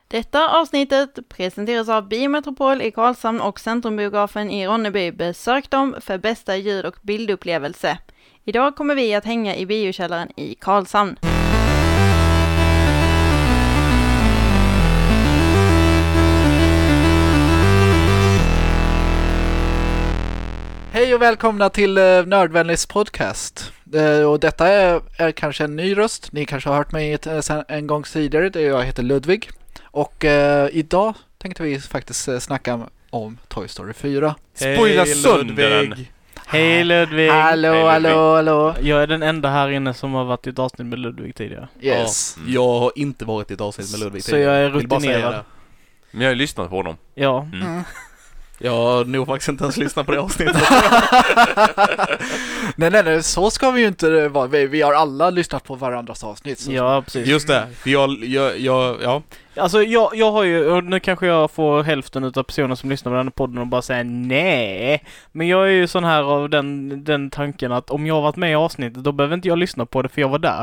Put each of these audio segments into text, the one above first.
Detta avsnittet presenteras av Biometropol i Karlshamn och Centrumbiografen i Ronneby. Besök dem för bästa ljud- och bildupplevelse. Idag kommer vi att hänga i biokällaren i Karlshamn. Hej och välkomna till Nördvänligs podcast. Och detta är kanske en ny röst. Ni kanske har hört mig en gång tidigare. Jag heter Ludvig. Och idag tänkte vi faktiskt snacka om Toy Story 4. Spoila sönder den. Hej Ludvig! Hallå. Jag är den enda här inne som har varit i ett avsnitt med Ludvig tidigare. Yes. Ja, jag har inte varit i ett avsnitt med Ludvig Så tidigare. jag är Vill bara säga rutinerad. det. Men jag har ju lyssnat på honom. Ja. Jag har nog faktiskt inte ens lyssnat på det avsnittet. Nej, så ska vi ju inte vara. Vi har alla lyssnat på varandras avsnitt. Så. Ja, precis. Just det, för ja. Alltså jag har ju, och nu kanske jag får hälften av personer som lyssnar på den här podden och bara säger nej. Men jag är ju sån här av den tanken att om jag har varit med i avsnittet då behöver inte jag lyssna på det för jag var där.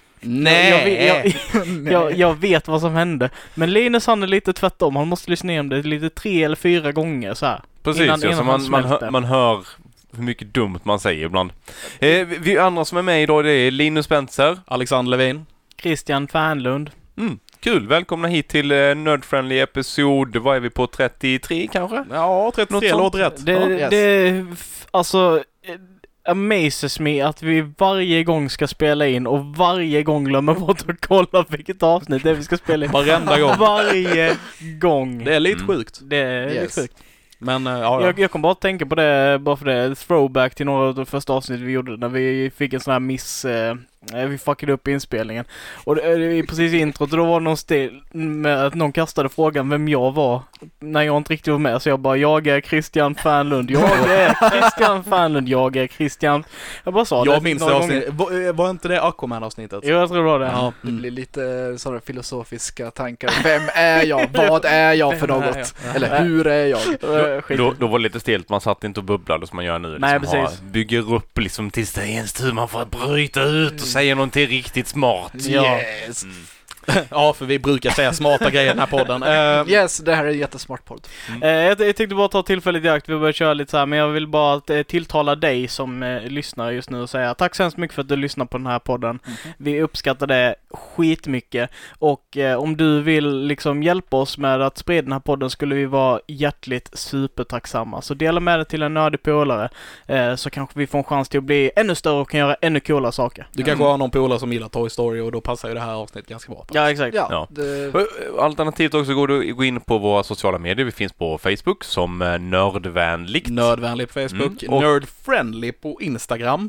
Nej! Jag vet vad som hände. Men Linus han är lite tvärtom. Han måste lyssna igenom det lite 3 eller 4 gånger så här. Precis, Innan så man hör hur mycket dumt man säger ibland. Vi andra som är med idag, det är Linus Spencer, Alexander Levin, Christian Fernlund. Kul, välkomna hit till Nerdfriendly episod. Vad är vi på, 33 kanske? Ja, 33 låter rätt. Det alltså amazes me att vi varje gång ska spela in och varje gång glömmer bort att kolla vilket avsnitt det är vi ska spela in. Varenda gång. Varje gång. Det är lite sjukt. Det är lite sjukt. Men ja. Jag kommer bara att tänka på det, bara för det, throwback till några av de första avsnitt vi gjorde när vi fick en sån här miss, vi fuckade upp inspelningen. Och precis i introt, då var det någon stil med att någon kastade frågan vem jag var när jag inte riktigt var med. Så jag bara, jag är Christian Fernlund, jag är Christian Fernlund, jag är Christian. Jag bara sa det. Jag minns det avsnittet. Var inte det Aquaman-avsnittet? Jo, jag tror det var det. Ja. Det blir lite sådana filosofiska tankar. Vem är jag? Vad är jag för något? Eller hur är jag? Då var det lite stelt, man satt inte och bubblade som man gör nu. Nej, liksom, precis. Bygger upp liksom tills det är ens tur man får bryta ut och säga någonting riktigt smart. Ja. Yes. Ja, för vi brukar säga smarta grejer i den här podden. Yes, det här är en jättesmart podd. Jag tänkte bara ta tillfället i akt, vi börjar köra lite så här, men jag vill bara tilltala dig som lyssnar just nu och säga tack så hemskt mycket för att du lyssnar på den här podden. Vi uppskattar det skitmycket och om du vill liksom hjälpa oss med att sprida den här podden skulle vi vara hjärtligt supertacksamma. Så dela med det till en nördig polare så kanske vi får en chans till att bli ännu större och kan göra ännu coolare saker. Du kanske har någon polare som gillar Toy Story och då passar ju det här avsnittet ganska bra. Ja, exakt. Ja. Alternativt också går du gå in på våra sociala medier. Vi finns på Facebook som Nördvänligt. Nördvänlig på Facebook, och Nerdfriendly på Instagram.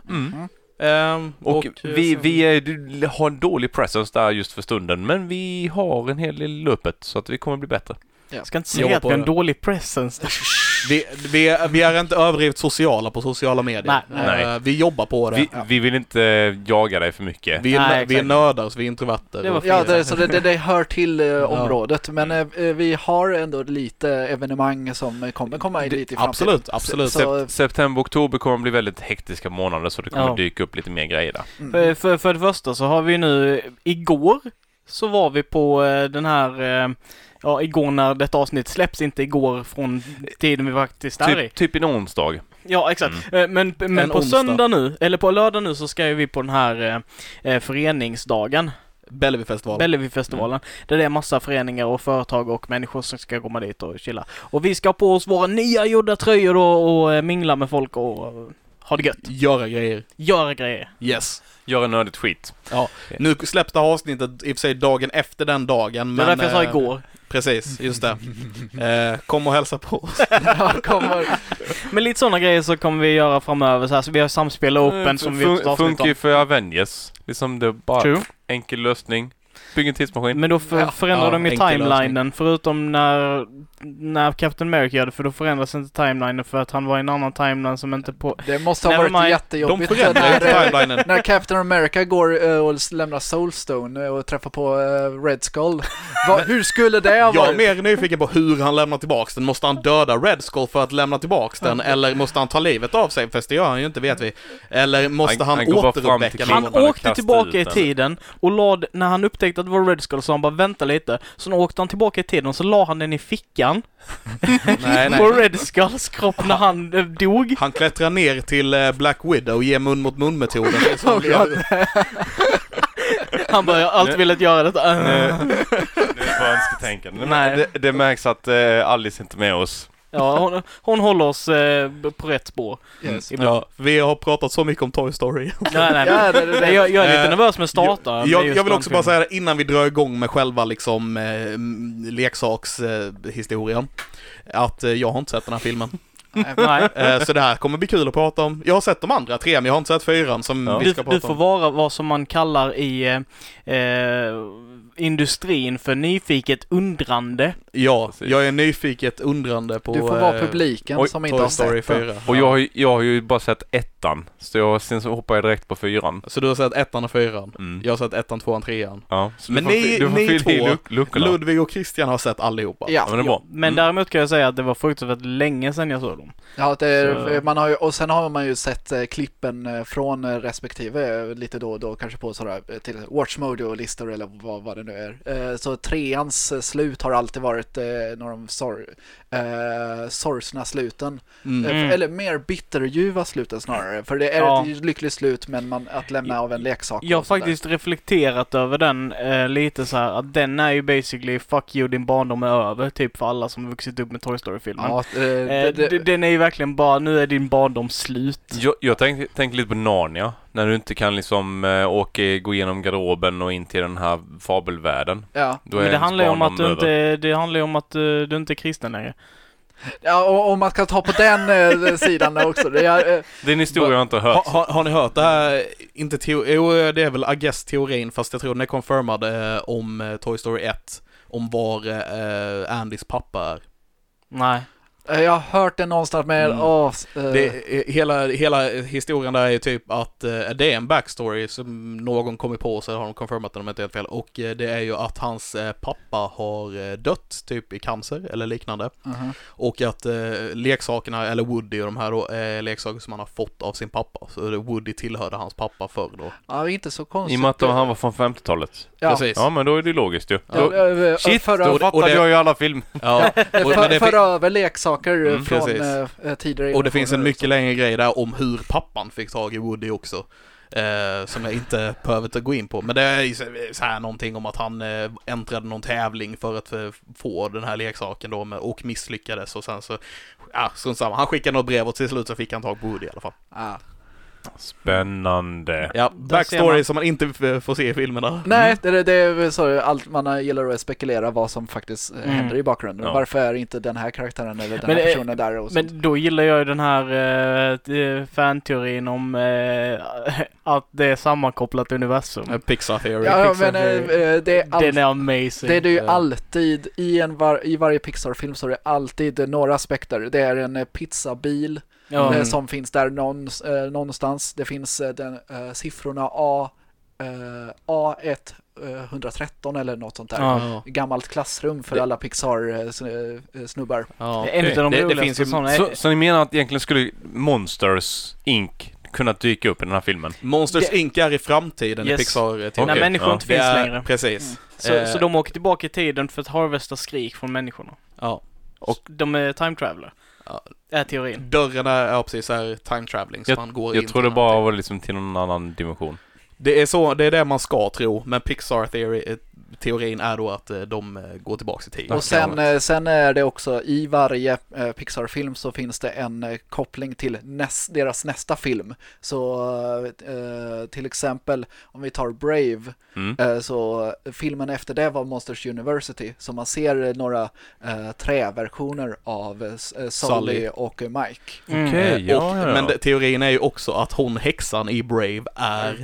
Och vi har en dålig presence där just för stunden, men vi har en hel del öppet så att vi kommer bli bättre. Jag ska inte säga att vi har en dålig presence. Vi är inte överdrivet sociala på sociala medier. Nej. Vi jobbar på det. Vi vill inte jaga dig för mycket. Vi är nördar, så vi är introverter. Det var det hör till området. Men vi har ändå lite evenemang som kommer komma lite i framtiden. Absolut. September, oktober kommer bli väldigt hektiska månader, så det kommer dyka upp lite mer grejer där. För det första så har vi nu, igår så var vi på den här... igår när detta avsnitt släpps, inte igår från tiden vi faktiskt är i. Typ en onsdag. Ja, exakt. Men på söndag nu, eller på lördag nu så ska vi på den här föreningsdagen. Bellevuefestivalen. Där det är massa föreningar och företag och människor som ska komma dit och chilla. Och vi ska ha på oss våra nya gjorda tröjor och mingla med folk och ha det gött. Göra grejer. Yes. Gör en nördigt skit. Ja. Nu släppte avsnittet i och för sig dagen efter den dagen. Det är därför jag sa igår. Precis, just det. Kom och hälsa på oss. Men lite sådana grejer så kommer vi göra framöver. Så vi har samspel och open som vi funkar ju för Avengers. Liksom det är bara enkel lösning. Bygg en tidsmaskin. Men då förändrar de ju timelinen. Förutom när när Captain America gör det, för då förändras inte timelinen för att han var i en annan timeline som inte på... Det måste ha varit jättejobbigt när Captain America går och lämnar Soulstone och träffar på Red Skull. Hur skulle det ha varit? Jag är mer nyfiken på hur han lämnar tillbaks den. Måste han döda Red Skull för att lämna tillbaks den? Eller måste han ta livet av sig? Fast det gör han ju inte, vet vi. Eller måste han återuppväcka den? Han åkte tillbaka i tiden och när han upptäckte att det var Red Skull så han bara vänta lite. Så åkte han tillbaka i tiden och så la han den i fickan. nej. På Red Skulls kropp när han dog. Han klättrar ner till Black Widow och ger mun mot mun-metoden. Han bara, jag har alltid velat göra detta. Nu är det bara önsketänkande. Det märks att Alice inte är med oss. Ja, hon håller oss på rätt spår. Yes. Ja, vi har pratat så mycket om Toy Story. Nej. Jag är lite nervös med starta. Jag vill också bara säga det innan vi drar igång med själva liksom leksakshistorien. Att jag har inte sett den här filmen. Nej. Så det här kommer bli kul att prata om. Jag har sett de andra 3, men jag har inte sett 4 som vi ska prata om. Du får vara vad som man kallar i industrin för nyfiket undrande. Ja, precis. Jag är nyfiket undrande på... Du får vara publiken som inte har sett 4. Och jag har ju bara sett 1, så sen så hoppar jag direkt på 4. Så du har sett 1 och 4. Jag har sett 1, 2 och 3. Ja, men ni två, Ludvig och Christian har sett allihopa. Ja, men det var. Men däremot kan jag säga att det var fruktansvärt länge sedan jag såg dem. Ja, man har ju, och sen har man ju sett klippen från respektive lite då och då, kanske på sådär till Watchmojo-listor eller vad det nu är. Så 3ans slut har alltid varit några av de sorgsna sluten. Eller mer bitterljuva sluten snarare. För det är ett lyckligt slut, men att lämna av en leksak. Jag har faktiskt reflekterat över den lite så här, att den är ju basically fuck you, din barndom är över, typ för alla som vuxit upp med Toy Story-filmen. Ja, den är ju verkligen bara, nu är din barndom slut. Jag tänkte lite på Narnia, när du inte kan liksom gå igenom garderoben och in till den här fabelvärlden. Ja. Men det handlar ju om att du inte är kristen längre. Ja, och man kan ta på den sidan också. Det är en historia jag inte har hört. Har ni hört det här? Det är väl Agest-teorin, fast jag tror den är confirmad om Toy Story 1. Om var Andys pappa är. Nej. Jag har hört det någonstans med hela historien där är typ att det är en backstory som någon kommer på, så har de confirmat den om inte helt fel, och det är ju att hans pappa har dött typ i cancer eller liknande. Och att leksakerna, eller Woody och de här då, är leksaker som han har fått av sin pappa, så Woody tillhörde hans pappa förr då. Ja, inte så konstigt. I och med att han var från 50-talet. Ja. Precis. Ja, men då är det logiskt ju. Shit, då fattade jag ju alla film. Ja. För över leksaker från tidigare. Och det finns en mycket längre grej där om hur pappan fick tag i Woody också. Som jag inte behöver gå in på. Men det är så här någonting om att han äntrade någon tävling för att få den här leksaken då, och misslyckades. Och sen så, han skickade något brev och till slut så fick han tag på Woody i alla fall. Spännande. Ja, backstory som man inte får se i filmerna. Nej, det är så allt man gillar att spekulera vad som faktiskt händer i bakgrunden. Ja. Varför är inte den här karaktären eller den här personen där? Och men då gillar jag ju den här fanteorin om att det är sammankopplat universum. Pixar theory. Ja, men den är amazing. Det är ju alltid i varje Pixar-film, så är det alltid några aspekter. Det är en pizzabil som finns där någonstans. Det finns siffrorna A1 113 eller något sånt där. Gammalt klassrum för alla Pixar-snubbar. Det finns ju sådana. Så ni menar att egentligen skulle Monsters Inc. kunna dyka upp i den här filmen? Monsters Inc. är i framtiden i Pixar. När människor inte finns längre. Precis. Så de åker tillbaka i tiden för att harvesta skrik från människorna. Ja. Och de är time traveler. Är teorin. Dörren är precis här time traveling, så man går in. Jag tror det bara var liksom till någon annan dimension. Det är det man ska tro, men Pixar-teorin är då att de går tillbaka i tiden. Och sen är det också i varje Pixar-film så finns det en koppling till deras nästa film. Så till exempel om vi tar Brave, så filmen efter det var Monsters University, så man ser några träversioner av Sully och Mike. Men teorin är ju också att hon häxan i Brave är den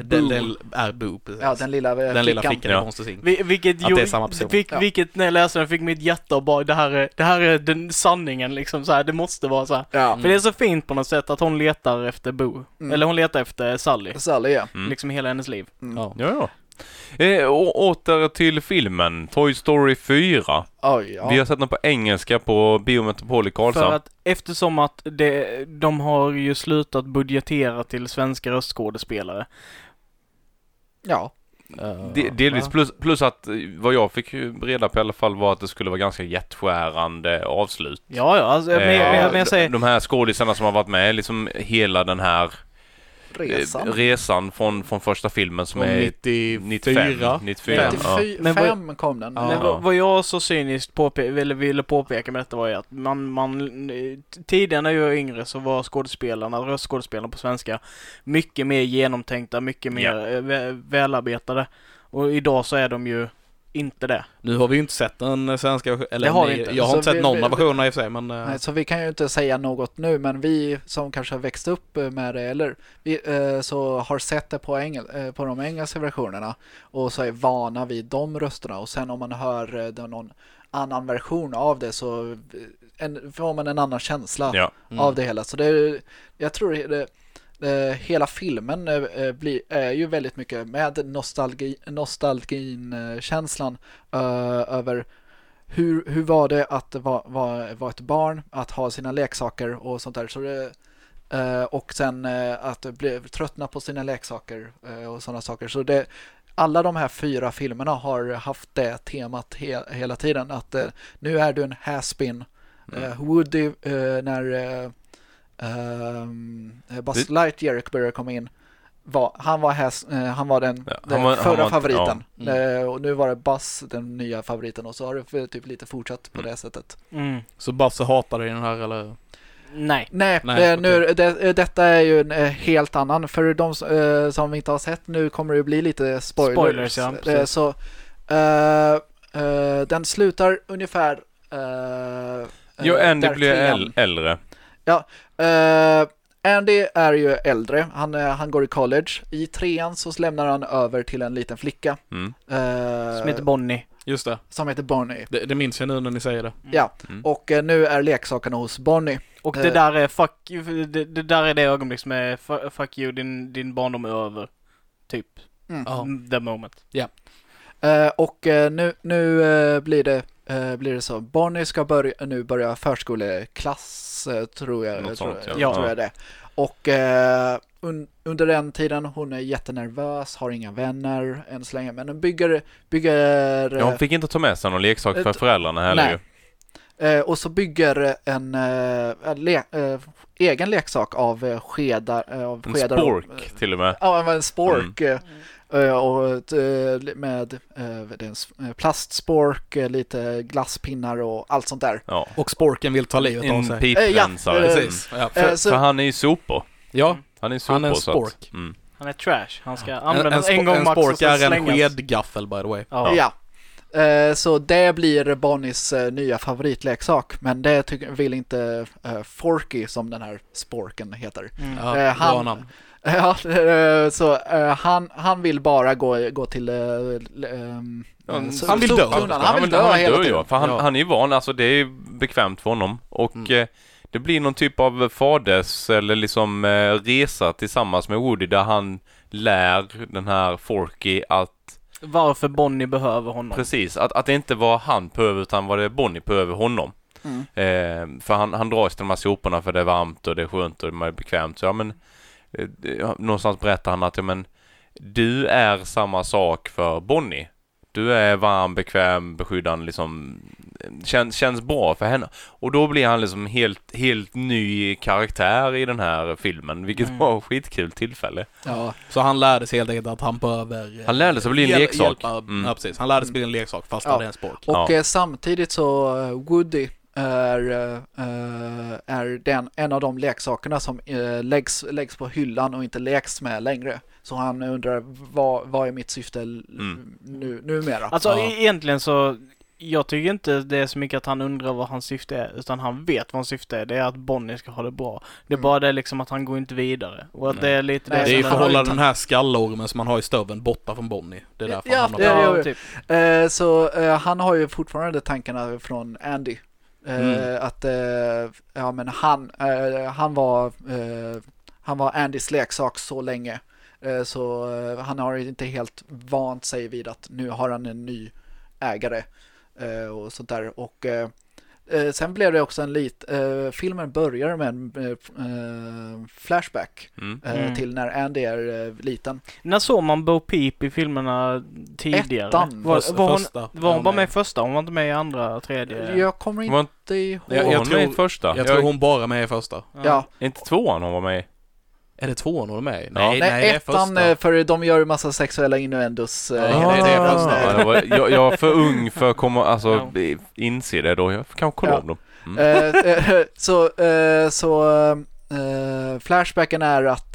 är Boo. Precis. Ja, den lilla flickan i Monsters Inc. Vilket är samma person. Vilket när jag läste den fick mitt hjärta och bara det här är den sanningen liksom så här, det måste vara så här. Ja. För det är så fint på något sätt att hon letar efter Boo. Eller hon letar efter Sally. Sally, ja. Liksom hela hennes liv. Ja. Och åter till filmen Toy Story 4. Vi har sett den på engelska på Biometropol i Karlshamn. För att eftersom att de har ju slutat budgetera till svenska röstskådespelare. Ja. Delvis plus att vad jag fick reda på i alla fall var att det skulle vara ganska hjärtskärande avslut. Ja, alltså, men jag säger... De här skådisarna som har varit med liksom hela den här resan från första filmen som är 94. 95 kom den. Men vad jag så cyniskt ville påpeka med detta var ju att man tidigare när jag var yngre så var röstskådespelarna på svenska mycket mer genomtänkta, mycket mer välarbetade. Och idag så är de ju inte det. Nu har vi ju inte sett den svenska, eller det har vi inte. Jag har inte sett någon av versionerna i och för sig, men... Nej, så vi kan ju inte säga något nu, men vi som kanske har växt upp med det, eller vi så har sett det på de engelska versionerna och så är vana vid de rösterna, och sen om man hör någon annan version av det så får man en annan känsla av det hela. Så jag tror hela filmen är ju väldigt mycket med nostalgin-känslan över hur var det att vara ett barn, att ha sina leksaker och sånt där. Så och sen att tröttna på sina leksaker och sådana saker. Så alla de här 4 filmerna har haft det temat hela tiden, att nu är du en has-been. Woody när Buzz Lightyear började komma in, han var den förra favoriten. Och nu var det Buzz den nya favoriten, och så har det typ lite fortsatt på det sättet. Så Buzz hatade den här, eller? Nej, detta är ju en helt annan. För de som vi inte har sett, nu kommer det bli lite spoilers. Så den slutar ungefär Andy blir äldre. Ja, Andy är ju äldre. Han går i college. I 3:an så lämnar han över till en liten flicka. Som heter Bonnie. Just det. Som heter Bonnie. Det minns jag nu när ni säger det. Ja, och nu är leksakerna hos Bonnie. Och det där är det där är det ögonblick som är fuck you, din barndom är över. Typ. The moment. Ja. Och nu blir det så. Bonnie ska börja förskoleklass, tror jag det. Och under den tiden hon är jättenervös, har inga vänner än så länge, men hon bygger hon fick inte ta med sig någon leksak för föräldrarna heller. Och så bygger en egen leksak av skedar. En spork till och med. Ja, en spork. Och med plastspork, lite glasspinnar och allt sånt där. Ja. Och sporken vill ta livet av sig. En piprensare. Precis. För han är ju sopor. Ja, han är en spork. Han är trash. Han ska användas en gång max. En spork är en skedgaffel, by the way. Ja. Så det blir Bonnies nya favoritleksak, men det vill inte Forky, som den här sporken heter. Han vill bara gå till han vill dö hela tiden. För han är ju van, alltså det är bekvämt för honom. Och det blir någon typ av faders eller liksom resa tillsammans med Woody, där han lär den här Forky att varför Bonnie behöver honom. Precis, att det inte var han behöver, utan var det Bonnie behöver honom. För han dras till de här soporna för det är varmt och det är skönt och det är bekvämt. Så någonstans berättar han att du är samma sak för Bonnie. Du är varm, bekväm, beskyddande, liksom känns bra för henne. Och då blir han liksom helt ny karaktär i den här filmen, vilket var ett skitkul tillfälle. Ja. Så han lärde sig helt enkelt att han behöver... Han lärde sig bli en leksak. Ja, precis. Han lärde sig bli en leksak fast han är en spork. Och samtidigt så Woody är en av de leksakerna som läggs på hyllan och inte leks med längre. Så han undrar, vad är mitt syfte numera? Alltså egentligen så Jag tycker inte det är så mycket att han undrar vad hans syfte är, utan han vet vad hans syfte är. Det är att Bonnie ska ha det bra. Det är bara det liksom att han går inte vidare. Och att det är lite det är ju som förhålla den här skallormen som man har i stöven borta från Bonnie. Det är därför han Ja, typ. Så han har ju fortfarande tankarna från Andy. Att men han var Andys leksak så länge. Så han har inte helt vant sig vid att nu har han en ny ägare och sånt där. Och sen blev det också filmen börjar med en flashback till när Andy är liten. När såg man Bo Peep i filmerna tidigare? Ettan. Var hon bara med i första? Hon var inte med i andra, tredje? Jag kommer inte ihåg. Jag tror med i första. Jag tror hon bara med i första. Ja. Inte tvåan hon var med i. Är det tvåan hon är med i? Nej, det är första. För de gör ju massa sexuella innuendos. Det är första. Jag är för ung för att komma, inse det då. Jag kan kolla om dem. Flashbacken är att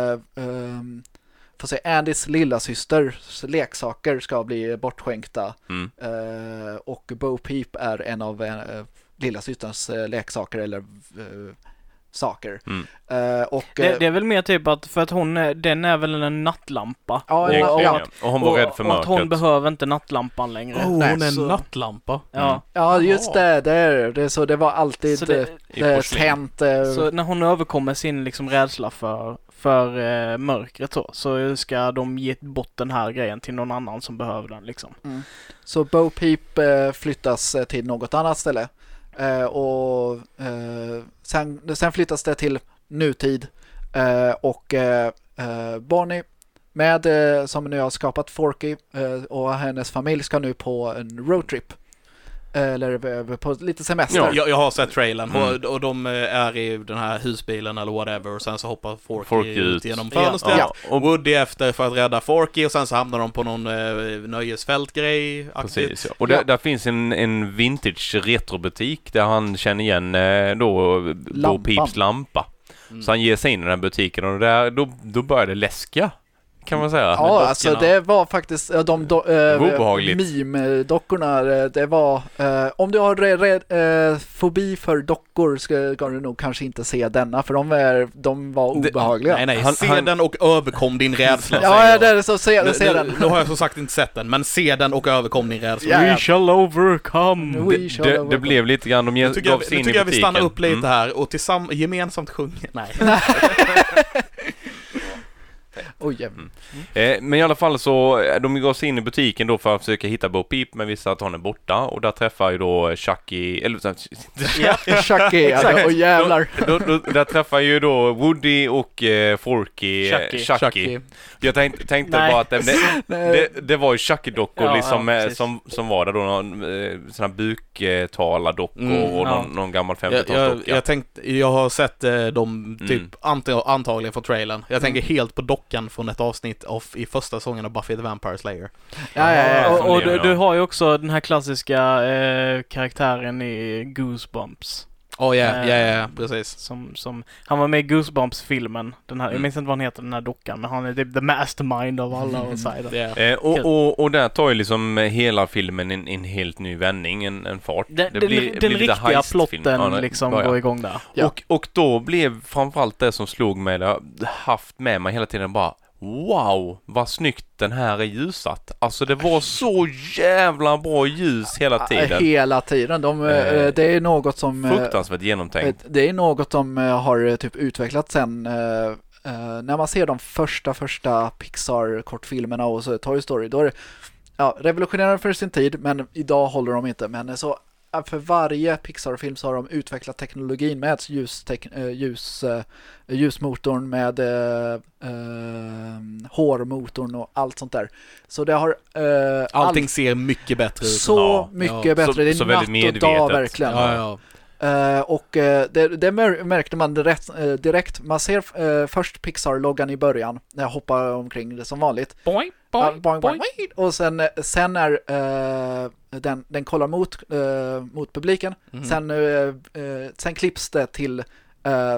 får se Andys lilla systers leksaker ska bli bortskänkta. Och Bo Peep är en av lilla systerns leksaker eller saker. Och det är väl mer typ att för att den är väl en nattlampa. Och hon var rädd för mörkret. Och att hon behöver inte nattlampan längre. Hon är en nattlampa. Ja, just det. Så det var alltid tänt. Så när hon överkommer sin liksom rädsla för mörkret så ska de ge bort den här grejen till någon annan som behöver den liksom. Så Bo Peep flyttas till något annat ställe. Och sen flyttas det till nutid och Bonnie som nu har skapat Forky och hennes familj ska nu på en roadtrip eller på lite semester. Ja, jag har sett trailern och de är i den här husbilen eller whatever och sen så hoppar Forky ut genom fönstret och Woody efter för att rädda Forky och sen så hamnar de på någon nöjesfältgrej. Precis, ja. Och där finns en vintage retrobutik där han känner igen Bo Peeps lampa. Så han ger sig in i den här butiken och då börjar det läska. Kan man säga. Ja, alltså det var faktiskt meme-dockorna, det var om du har fobi för dockor ska du nog kanske inte se denna, för de var obehagliga. Nej, se den och överkom din rädsla. Ja, det är så, se den. Nu har jag som sagt inte sett den, men se den och överkom din rädsla. We shall overcome. Det blev lite grann, de gav sig in i butiken. Nu tycker jag vi stannar upp lite här och gemensamt sjunger. Nej. Men i alla fall så de går sig in i butiken då för att försöka hitta Bo Peep, men visar att hon är borta och där träffar ju då Chucky Chucky, och jävlar. Där träffar ju då Woody och Forky Chucky. Jag tänkte bara att det var ju Chucky-dockor liksom som var där då, såna buktalardockor och någon gammal 50-talsdocka. Jag har sett dem typ antagligen från trailern. Jag tänker helt på dockan från ett avsnitt i första säsongen av Buffy the Vampire Slayer. Och du har ju också den här klassiska karaktären i Goosebumps. Precis. Som han var med i Goosebumps-filmen. Den här, jag minns inte vad han heter, den här dockan, men han är typ the mastermind av alla och så och där tar ju liksom hela filmen en helt ny vändning, en fart. Den riktiga plotten liksom går igång där. Ja. Och då blev framförallt det som slog mig, jag haft med mig hela tiden bara, wow, vad snyggt den här är ljusat. Alltså det var så jävla bra ljus hela tiden. Hela tiden. Det är något som fruktansvärt genomtänkt. Det är något som har typ utvecklats sen när man ser de första Pixar-kortfilmerna och så Toy Story, då är det revolutionerande för sin tid, men idag håller de inte. Men så för varje Pixar-film så har de utvecklat teknologin med ljusmotorn, med hårmotorn och allt sånt där. Så det har allting ser mycket bättre ut. Så mycket bättre. Det är natt och dag verkligen. Och det märkte man direkt. Man ser först Pixar-loggan i början när jag hoppar omkring det som vanligt. Boing. Och sen är den kollar mot publiken. Sen klipps det till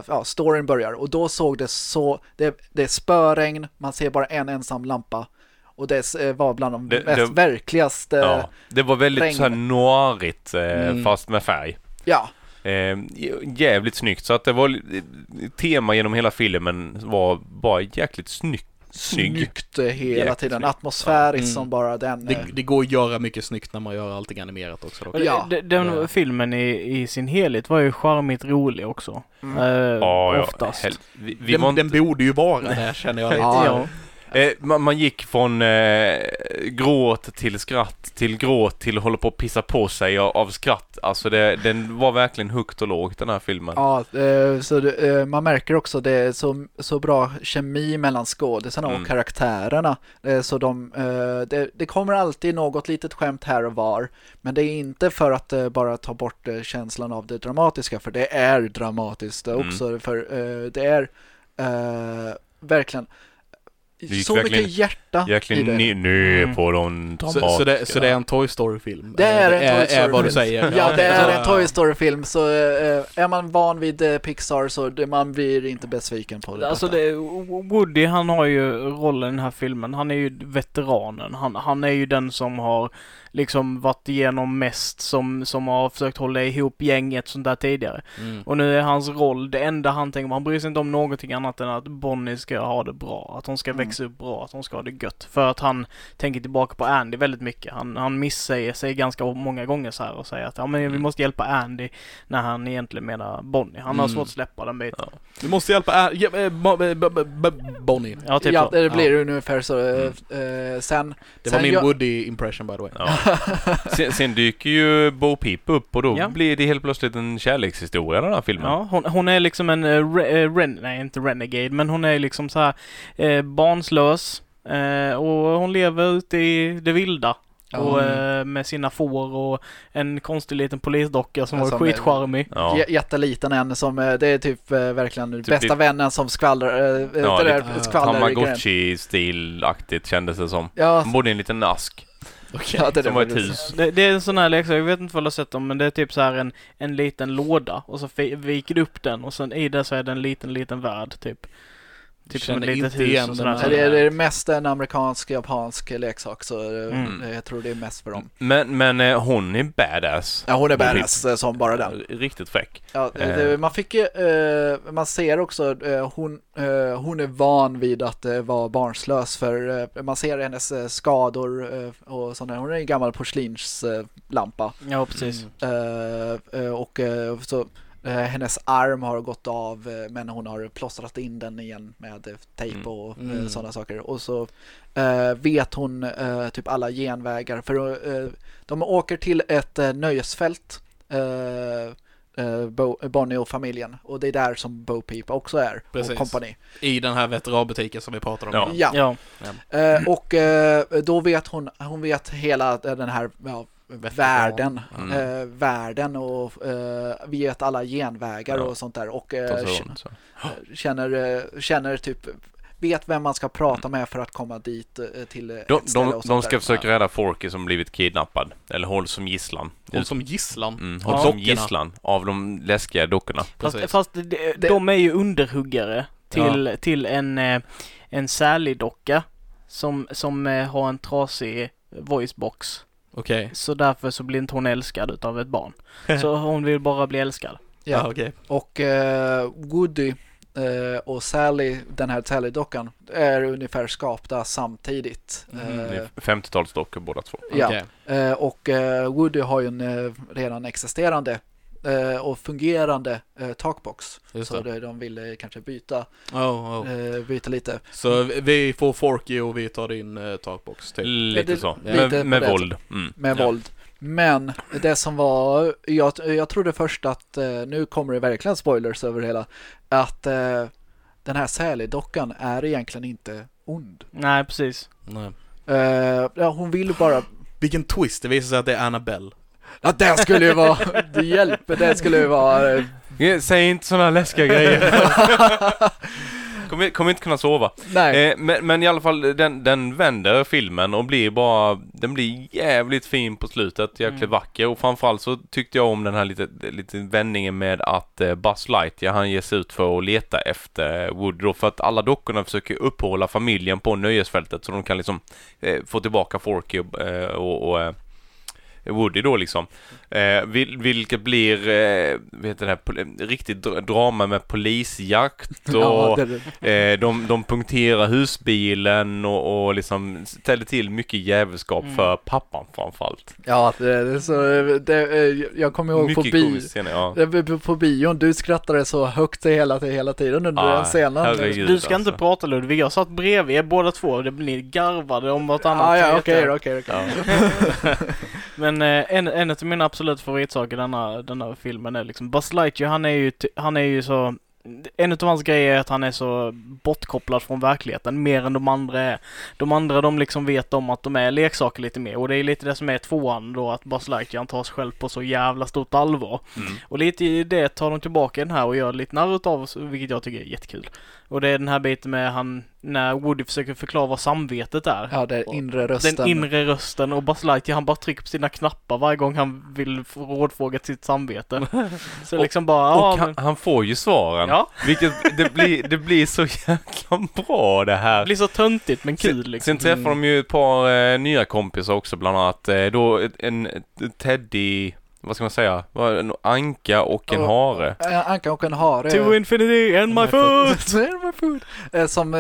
storyn börjar, och då såg det så det är spöregn, man ser bara en ensam lampa och det var bland de mest verkligaste. Ja, det var väldigt så här noirigt fast med färg. Ja. Jävligt snyggt, så att det var tema genom hela filmen var bara jäkligt snyggt hela tiden, atmosfäriskt som bara den. Det går att göra mycket snyggt när man gör allting animerat också då. Ja. Den filmen i sin helhet var ju charmigt rolig också. Oftast. Den borde ju vara det, känner jag lite. Ja. Man gick från gråt till skratt till gråt till att hålla på att pissa på sig av skratt. Alltså den var verkligen högt och lågt, den här filmen. Ja, så man märker också det är så bra kemi mellan skådespelarna och karaktärerna. Så det kommer alltid något litet skämt här och var, men det är inte för att bara ta bort känslan av det dramatiska, för det är dramatiskt också, för det är verkligen så mycket hjärta i det. På de dramatiska. Så det är en Toy Story-film? Det är en Toy Story-film. Vad du säger. Ja, det är en Toy Story-film. Så är man van vid Pixar så man blir inte besviken på det. Alltså Woody, han har ju rollen i den här filmen. Han är ju veteranen. Han är ju den som har liksom varit igenom mest, som har försökt hålla ihop gänget sånt där tidigare. Och nu är hans roll, det enda han tänker, han bryr sig inte om någonting annat än att Bonnie ska ha det bra, att hon ska växa upp bra, att hon ska ha det gött. För att han tänker tillbaka på Andy väldigt mycket. Han misssäger sig ganska många gånger så här och säger att vi måste hjälpa Andy, när han egentligen menar Bonnie. Han har svårt att släppa den biten. Ja. Vi måste hjälpa Bonnie. Ja, typ så. Det blir ungefär så. Det var min Woody impression, by the way. Ja. sen dyker ju Bo Peep upp och då blir det helt plötsligt en kärlekshistoria, den här filmen. Ja, hon är liksom en inte renegade, men hon är liksom så här barnslös och hon lever ute i det vilda. Och med sina får och en konstig liten polisdocka som var skitcharmig. Jätteliten en som det är typ verkligen bästa vännen som skvallrar. Tamagotchi-stilaktigt kändes det som. Hon bodde i en liten ask. Okay. Som var ett hus. Det är en sån här leksak, jag vet inte vad du har sett dem, men det är typ så här en liten låda och så viker du upp den och sen i det så är det en liten värld typ som ett litet hus och sådär. Det är mest en japansk leksak, så jag tror det är mest för dem. Men hon är badass. Ja, hon är badass som bara den. Riktigt fräck. Ja, man ser också hon är van vid att vara barnslös, för man ser hennes skador och sådär. Hon är en gammal porslinslampa. Ja, precis. Och så hennes arm har gått av, men hon har plåstrat in den igen med tejp och sådana saker. Och så vet hon typ alla genvägar, för de åker till ett nöjesfält, Bonnie och familjen, och det är där som Bo Peep också är. Precis. Och kompani. I den här veteranbutiken som vi pratade om. Ja. Och då vet hon vet hela den här världen och vet alla genvägar och sånt där, och känner typ, vet vem man ska prata med för att komma dit till de ska försöka rädda Forky som blivit kidnappad, eller hålls som gisslan. Hålls som gisslan? Hålls som gisslan av de läskiga dockorna. Fast de är ju underhuggare till en Sally-docka som har en trasig voicebox. Okay. Så därför så blir inte hon älskad utav ett barn. Så hon vill bara bli älskad. Ja, okay. Och Woody och Sally, den här Sally-dockan, är ungefär skapta samtidigt. 50-talsdockor båda två. Ja, okay. Och Woody har ju en redan existerande och fungerande talkbox. Så de ville kanske byta lite. Så vi får Forky och vi tar in talkbox till. Lite så. Med våld. Med våld. Men det som var, jag trodde först att nu kommer det verkligen spoilers över hela, att den här Sally-dockan är egentligen inte ond. Nej, precis. Nej. Hon vill bara... Vilken twist, det visar sig att det är Annabelle. Ja, det skulle ju vara... Det hjälper, det skulle ju vara... Säg inte såna läskiga grejer. kommer inte kunna sova. Nej. Men i alla fall, den vänder filmen och den blir jävligt fin på slutet, jäkligt vacker. Och framförallt så tyckte jag om den här lite vändningen med att Buzz Lightyear, han ger sig ut för att leta efter Woody då, för att alla dockorna försöker uppehålla familjen på nöjesfältet så de kan liksom få tillbaka Forky och Woody då liksom. Vilket blir vet det riktigt drama med polisjakt och de punkterar husbilen och liksom ställer till mycket jävelskap för pappan framförallt. Ja, jag kommer ihåg på bion, du skrattade så högt hela tiden under den scenen. Du ska inte prata, Ludvig, jag satt bredvid er båda två och ni garvade om något annat. Okej. Men en av mina absolut favoritsaker i denna filmen är liksom Buzz Lightyear, han är ju så, en av hans grejer är att han är så bortkopplad från verkligheten mer än de andra är. De andra, de liksom vet om att de är leksaker lite mer, och det är lite det som är tvåan då, att Buzz Lightyear tar sig själv på så jävla stort allvar. Och lite i det tar de tillbaka den här och gör lite narr utav oss, vilket jag tycker är jättekul. Och det är den här biten med när Woody försöker förklara vad samvetet är. Ja, det är inre rösten. Den inre rösten, och Buzz Lightyear, han bara trycker på sina knappar varje gång han vill rådfråga sitt samvete. Så liksom bara... han får ju svaren. Ja. Vilket det blir så jäkla bra det här. Det blir så töntigt men kul liksom. Sen träffar de ju ett par nya kompisar också, bland annat då en Teddy... Vad ska man säga? En anka och en hare. Anka och en hare. To infinity and my food. Som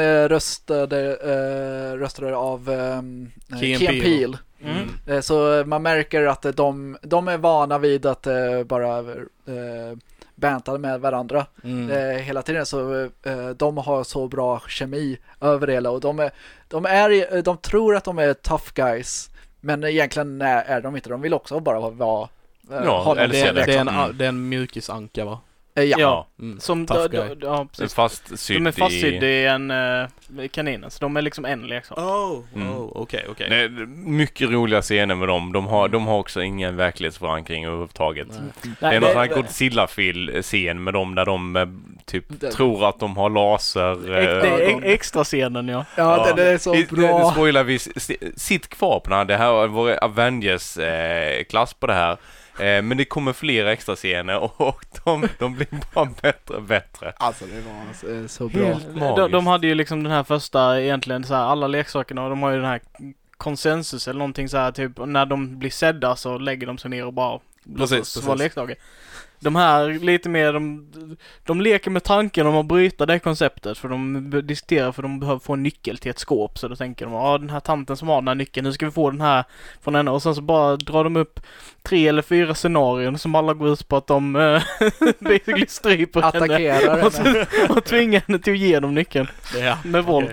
röstade av Key & Peele. Så man märker att de är vana vid att bara banta med varandra hela tiden. Så de har så bra kemi över det hela. Och de tror att de är tough guys. Men egentligen är de inte. De vill också bara vara... det är en mjukisanka, va? Ja. Som precis. De är fastsydda i en kaninen, så de är liksom en leksak. Okej. Mycket roliga scener med dem. De har också ingen verklighetsförankring överhuvudtaget. Det är någon sån här Godzilla-scen med dem där de typ tror att de har laser. Det är extra scenen, ja. Ja, det är så bra. Det spoilar vi. Sitt kvar på den här. Det här var Avengers-klass på det här. Men det kommer flera extra scener och de blir bara bättre och bättre. Alltså det var så bra. De hade ju liksom den här första egentligen så här, alla leksakerna, och de har ju den här konsensus eller någonting så här typ, när de blir sedda så lägger de sig ner och bara vara leksaker. De här lite mer, de leker med tanken om att bryta det konceptet, för de diskuterar, för de behöver få en nyckel till ett skåp, så då tänker de, den här tanten som har den här nyckeln, nu ska vi få den här från henne, och sen så bara drar de upp 3 eller 4 scenarion som alla går ut på att de basically stryper attackerar henne och tvingar henne till att ge dem nyckeln med våld.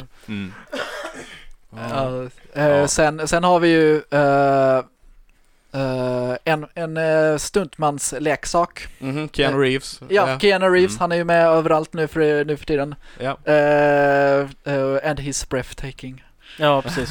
Sen har vi ju en stuntmans leksak. Keanu Reeves. Keanu Reeves, han är ju med överallt nu för tiden. And he's breathtaking. Ja, precis.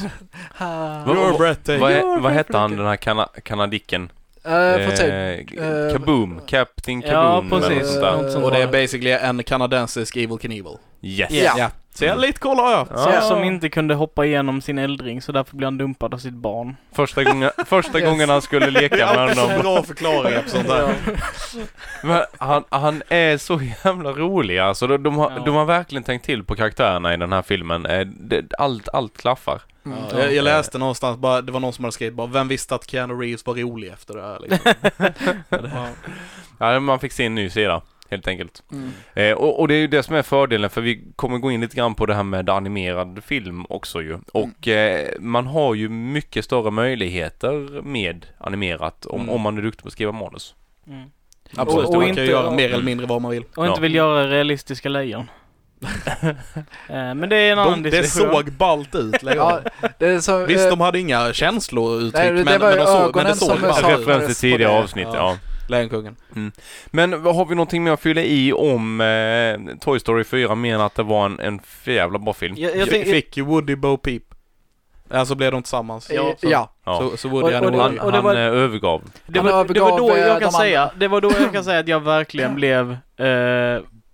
Vad hette han, den här kanadicken? Kaboom, Captain Kaboom. Ja, precis. Och det är basically en kanadensisk Evel Knievel. Yes. Yeah. Så lite kollar jag. Som inte kunde hoppa igenom sin äldring, så därför blev han dumpad av sitt barn. Första gången han skulle leka med honom. Det är bra förklaringar på sånt där. Men han är så jävla rolig. Alltså, de har verkligen tänkt till på karaktärerna i den här filmen. Allt klaffar. Jag läste någonstans, det var någon som hade skrivit vem visste att Keanu Reeves var rolig efter det här liksom. Ja, man fick se en ny sida, helt enkelt. Och det är ju det som är fördelen, för vi kommer gå in lite grann på det här med animerad film också ju. Och man har ju mycket större möjligheter med animerat om man är duktig på att skriva manus. Absolut, och man kan göra mer eller mindre vad man vill. Och inte vill göra realistiska lejon. Men det är en annan diskussion. Det såg ballt ut. Visst, de hade inga känslouttryck, men det såg referens till tidigare avsnitt, Lejonkungen. Men har vi någonting med att fylla i om Toy Story 4, mer än att det var en jävla bra film? Jag fick ju Woody Bo Peep. Alltså blev de tillsammans. Så Woody han övergav. Det var då jag kan säga att jag verkligen blev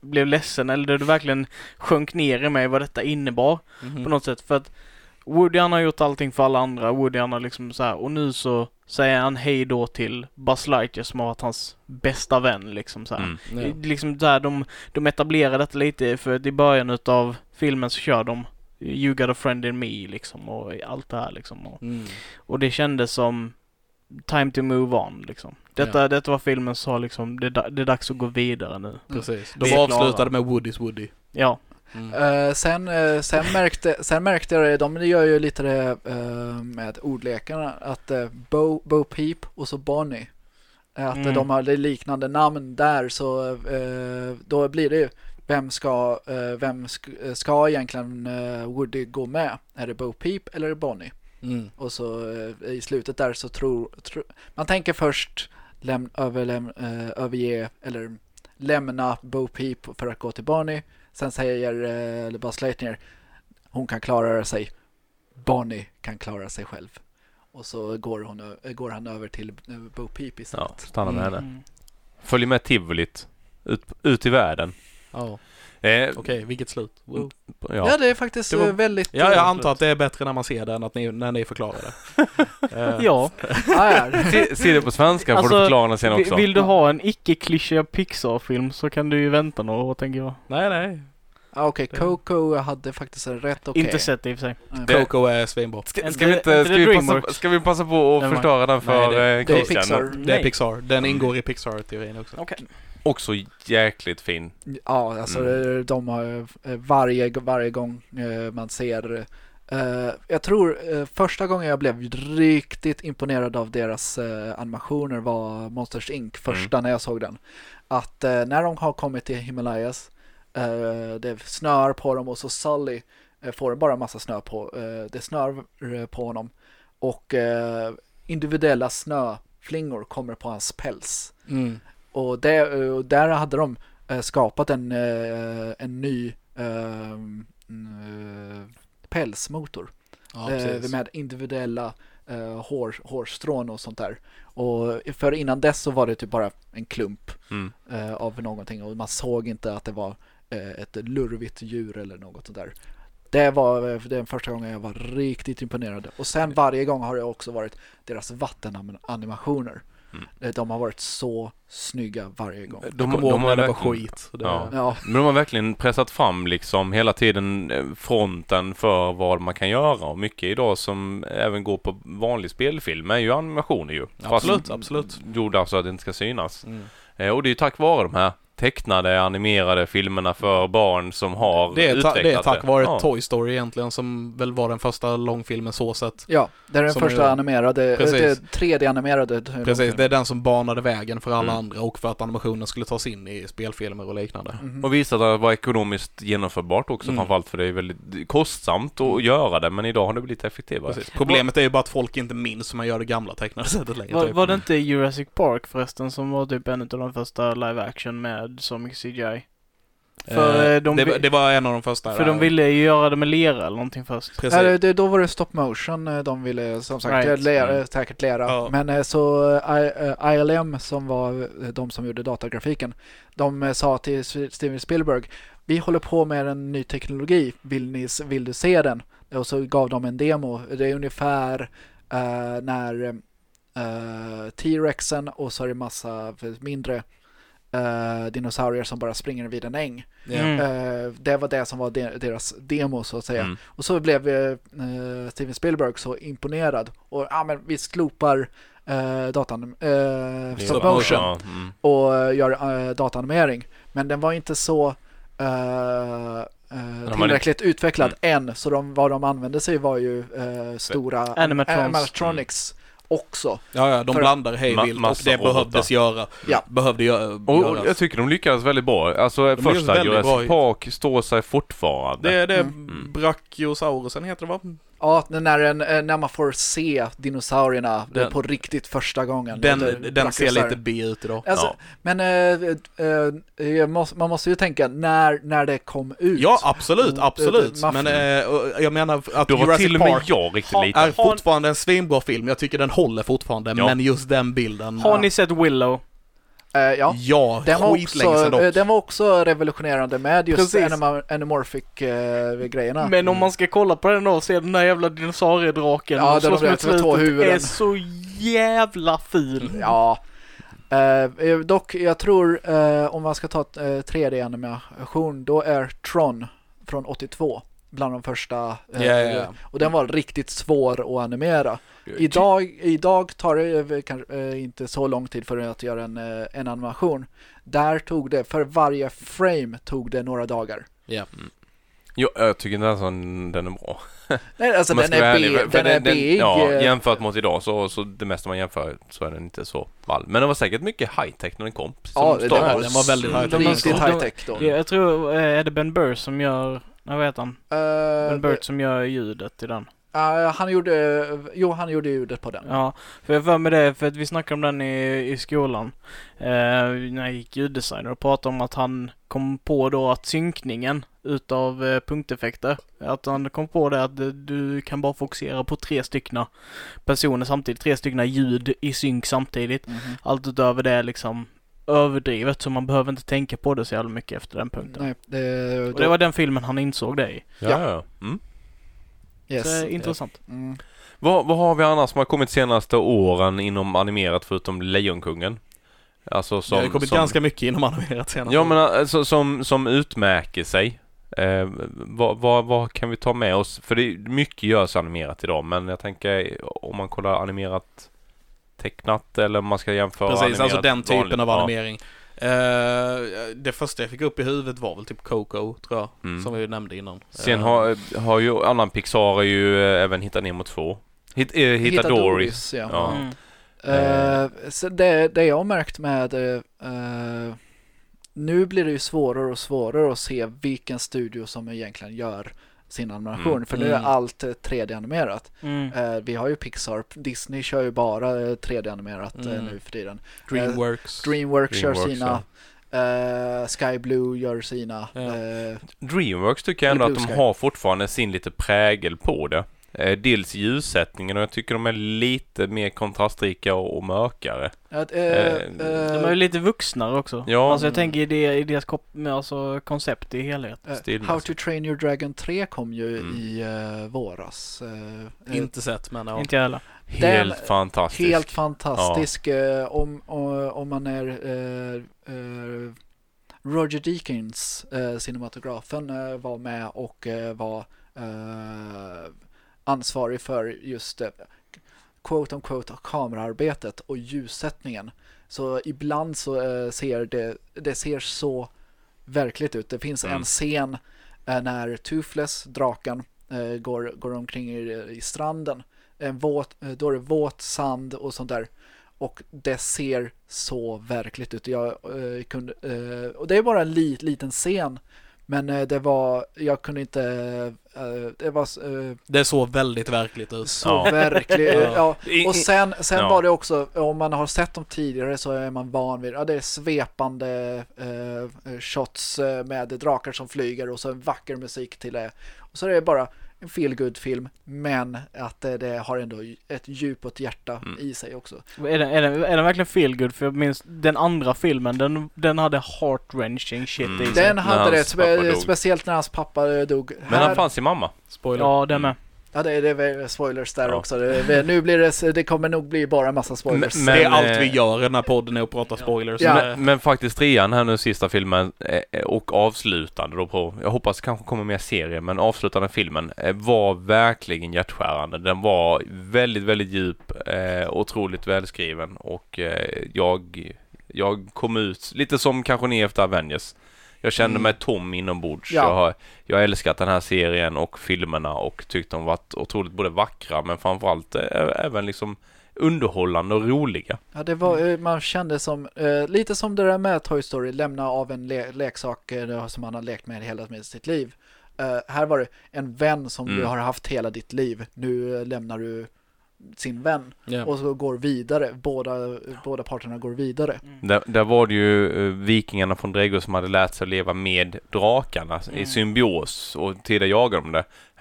blev ledsen eller där du verkligen sjönk ner i mig vad detta innebar på något sätt. För att Woody han har gjort allting för alla andra. Woody han har liksom så här, och nu så säger han hej då till Buzz Lightyear som har varit hans bästa vän liksom så här. Liksom där de etablerar detta lite för att i början utav filmen så kör de You Got a Friend in Me liksom och allt det här liksom och det kändes som time to move on liksom. Detta var filmen sa liksom det är dags att gå vidare nu. Precis. De avslutade med Woody's Woody. Ja. Sen märkte jag det, de gör ju lite det med ordlekarna att Bo Peep och så Bonnie att de har liknande namn där så då blir det ju vem ska egentligen Woody gå med? Är det Bo Peep eller är det Bonnie? Och så i slutet där så tror man tänker först överge eller lämna Bo Peep för att gå till Bonnie. Sen säger Buzz Lightyear hon kan klara sig. Bonnie kan klara sig själv. Och så går han över till Bo Peep istället. Ja, stanna med henne. Följer med Tivolit ut i världen. Ja. Okej, vilket slut. Ja, det är faktiskt väldigt... Ja, jag antar att det är bättre när man ser det än att när ni förklarar det. Ja. Se det på svenska får du förklara sen också. Vill du ha en icke-klyschig Pixar-film så kan du ju vänta några år, tänker jag. Nej. Okej, Coco hade faktiskt en rätt okej. Inte sett det i och för sig. Coco är svinbra. Ska vi passa på att förstöra den för Christian? Det är Pixar. Den ingår i Pixar-teorin också. Okej. Också jäkligt fin. Ja, alltså de har varje gång man ser jag tror första gången jag blev riktigt imponerad av deras animationer var Monsters Inc. Första när jag såg den. Att när de har kommit till Himalayas det snör på dem och så Sully får bara massa snö på det snör på honom och individuella snöflingor kommer på hans päls. Och där hade de skapat en ny pälsmotor med individuella hårstrån och sånt där. Och för innan dess så var det typ bara en klump av någonting och man såg inte att det var ett lurvigt djur eller något sånt där. Det var den första gången jag var riktigt imponerad. Och sen varje gång har det också varit deras vattenanimationer. De har varit så snygga varje gång. De har verkligen skit. Men de har verkligen pressat fram liksom hela tiden fronten för vad man kan göra. Och mycket idag som även går på vanlig spelfilm är ju animationer ju. Absolut. Gjorda så att det inte ska synas. Och det är ju tack vare de här tecknade, animerade filmerna för barn som har utvecklat det. Det är tack vare Toy Story egentligen som väl var den första långfilmen så sett. Ja, det är den första animerade, 3D-animerade. Precis, det är den som banade vägen för alla andra och för att animationen skulle tas in i spelfilmer och liknande. Och visade att det var ekonomiskt genomförbart också, framförallt för det är väldigt kostsamt att göra det, men idag har det blivit effektivare. Precis. Problemet är ju bara att folk inte minns hur man gör det gamla tecknade sättet längre. Var det inte Jurassic Park förresten som var typ en av de första live action med så mycket CGI? För det var en av de första. För de ville ju göra det med lera eller någonting först. Precis. Då var det stop motion de ville som sagt säkert lera. Ja. Men så ILM som var de som gjorde datagrafiken, de sa till Steven Spielberg, vi håller på med en ny teknologi, vill du se den? Och så gav de en demo. Det är ungefär när T-Rexen och så är det massa mindre dinosaurier som bara springer vid en äng. Det var det som var deras demo så att säga. Och så blev Steven Spielberg så imponerad och men vi slopar stop motion och gör dataanimering. Men den var inte så tillräckligt utvecklad än, så vad de använde sig var ju stora animatronics också. Ja, de blandar hejvilt och det behövdes göra. Ja. Och jag tycker de lyckades väldigt bra. Alltså första Jurassic Park står sig fortfarande. Det är Brachiosaurusen heter det, va? Ja, när man får se dinosaurierna på riktigt första gången. Den ser lite B ut idag. Alltså, men man måste ju tänka när det kom ut. Ja, absolut. Men jag menar att Jurassic Park är fortfarande en svinbra film. Jag tycker den håller fortfarande, men just den bilden. Har ni sett Willow? Ja, den var också revolutionerande med just anamorphic-grejerna. Men om man ska kolla på den och se den där jävla dinosauriedraken och slåss med slutet är så jävla ful. Ja. Dock, jag tror om man ska ta 3D-animation, då är Tron från 82 bland de första. Och den var riktigt svår att animera. Idag tar det kanske inte så lång tid för att göra en animation. Där tog det, för varje frame tog det några dagar. Ja. Jo, jag tycker den är bra. Nej, alltså den är big. Ja, jämfört mot idag så det mesta man jämför så är den inte så ball. Men det var säkert mycket high-tech när den kom. Ja, den var väldigt high-tech då. Jag tror, är det Ben Burr som gör, vad vet han? Ben Burr som gör ljudet i den. Han gjorde ljudet på den. Ja, för jag var med det, för att vi snackade om den i skolan. När jag gick ljuddesigner och pratade om att han kom på då att synkningen utav punkteffekter, att han kom på det att du kan bara fokusera på 3 stycken personer samtidigt, 3 stycken ljud i synk samtidigt. Allt utöver det liksom överdrivet, så man behöver inte tänka på det så jävla mycket efter den punkten. Nej, det var den filmen han insåg det i. Ja. Mm. Yes. Så intressant. Vad har vi annars som har kommit senaste åren inom animerat förutom Lejonkungen? Alltså det har kommit ganska mycket inom animerat senare. Ja, men alltså, som utmärker sig. Vad kan vi ta med oss? För det är mycket görs animerat idag, men jag tänker om man kollar animerat tecknat eller om man ska jämföra. Precis, alltså den typen vanligt, av animering. Det första jag fick upp i huvudet var väl typ Coco, tror jag, som vi nämnde innan. Sen har ju annan Pixar är ju även Hitta Nemo 2. Hitta Doris. Ja. Så det jag har märkt med nu blir det ju svårare och svårare att se vilken studio som egentligen gör sin animation, för nu är allt 3D-animerat. Vi har ju Pixar, Disney kör ju bara 3D-animerat nu för tiden. Dreamworks kör sina, Sky Blue gör sina. Dreamworks tycker jag ändå att de har fortfarande sin lite prägel på det. Dels ljussättningen, och jag tycker de är lite mer kontrastrika och mörkare. De är ju lite vuxnare också. Ja. Alltså jag tänker i deras koncept i helhet. How to Train Your Dragon 3 kom ju i våras. Inte sett, men ja. Inte heller. Helt fantastisk. Helt fantastisk. Om man är Roger Deakins, cinematografen, var med och var ansvarig för just quote on quote kameraarbetet och ljussättningen. Så ibland så ser det ser så verkligt ut. Det finns en scen när Toothless, draken, går omkring i stranden. Då är det våt sand och sånt där. Och det ser så verkligt ut. Och det är bara en liten scen. Men jag kunde inte, det såg väldigt verkligt ut. Så verkligt, ja. Och sen var det också, om man har sett dem tidigare så är man van vid, det är svepande shots med drakar som flyger och så en vacker musik till det. Och så är det bara en feel-good-film, men att det har ändå ett djup och ett hjärta i sig också. Är den verkligen feel-good? För jag minns den andra filmen, den hade heart-wrenching shit i sig. Den hade det, speciellt när hans pappa dog. Men han fanns i mamma. Spoiler. Ja, det med. Ja, det är spoilers där också. Nu blir det kommer nog bli bara en massa spoilers. Men det är allt vi gör i den här podden är att prata spoilers. Ja. Men faktiskt 3:an här nu, sista filmen och avslutande då på, jag hoppas det kanske kommer mer serier, men avslutande filmen var verkligen hjärtskärande. Den var väldigt, väldigt djup, otroligt välskriven, och jag kom ut lite som kanske ni efter Avengers. Jag kände mig tom inombords. Ja. Jag har älskat den här serien och filmerna och tyckt de varit otroligt både vackra, men framförallt även liksom underhållande och roliga. Ja, det var, man kände som lite som det där med Toy Story, lämna av en leksak som han har lekt med hela sitt liv. Här var det en vän som du har haft hela ditt liv. Nu lämnar du sin vän och så går vidare. Båda parterna går vidare. Där var det ju vikingarna från Drego som hade lärt sig att leva med drakarna i symbios och tidigare jagade de det.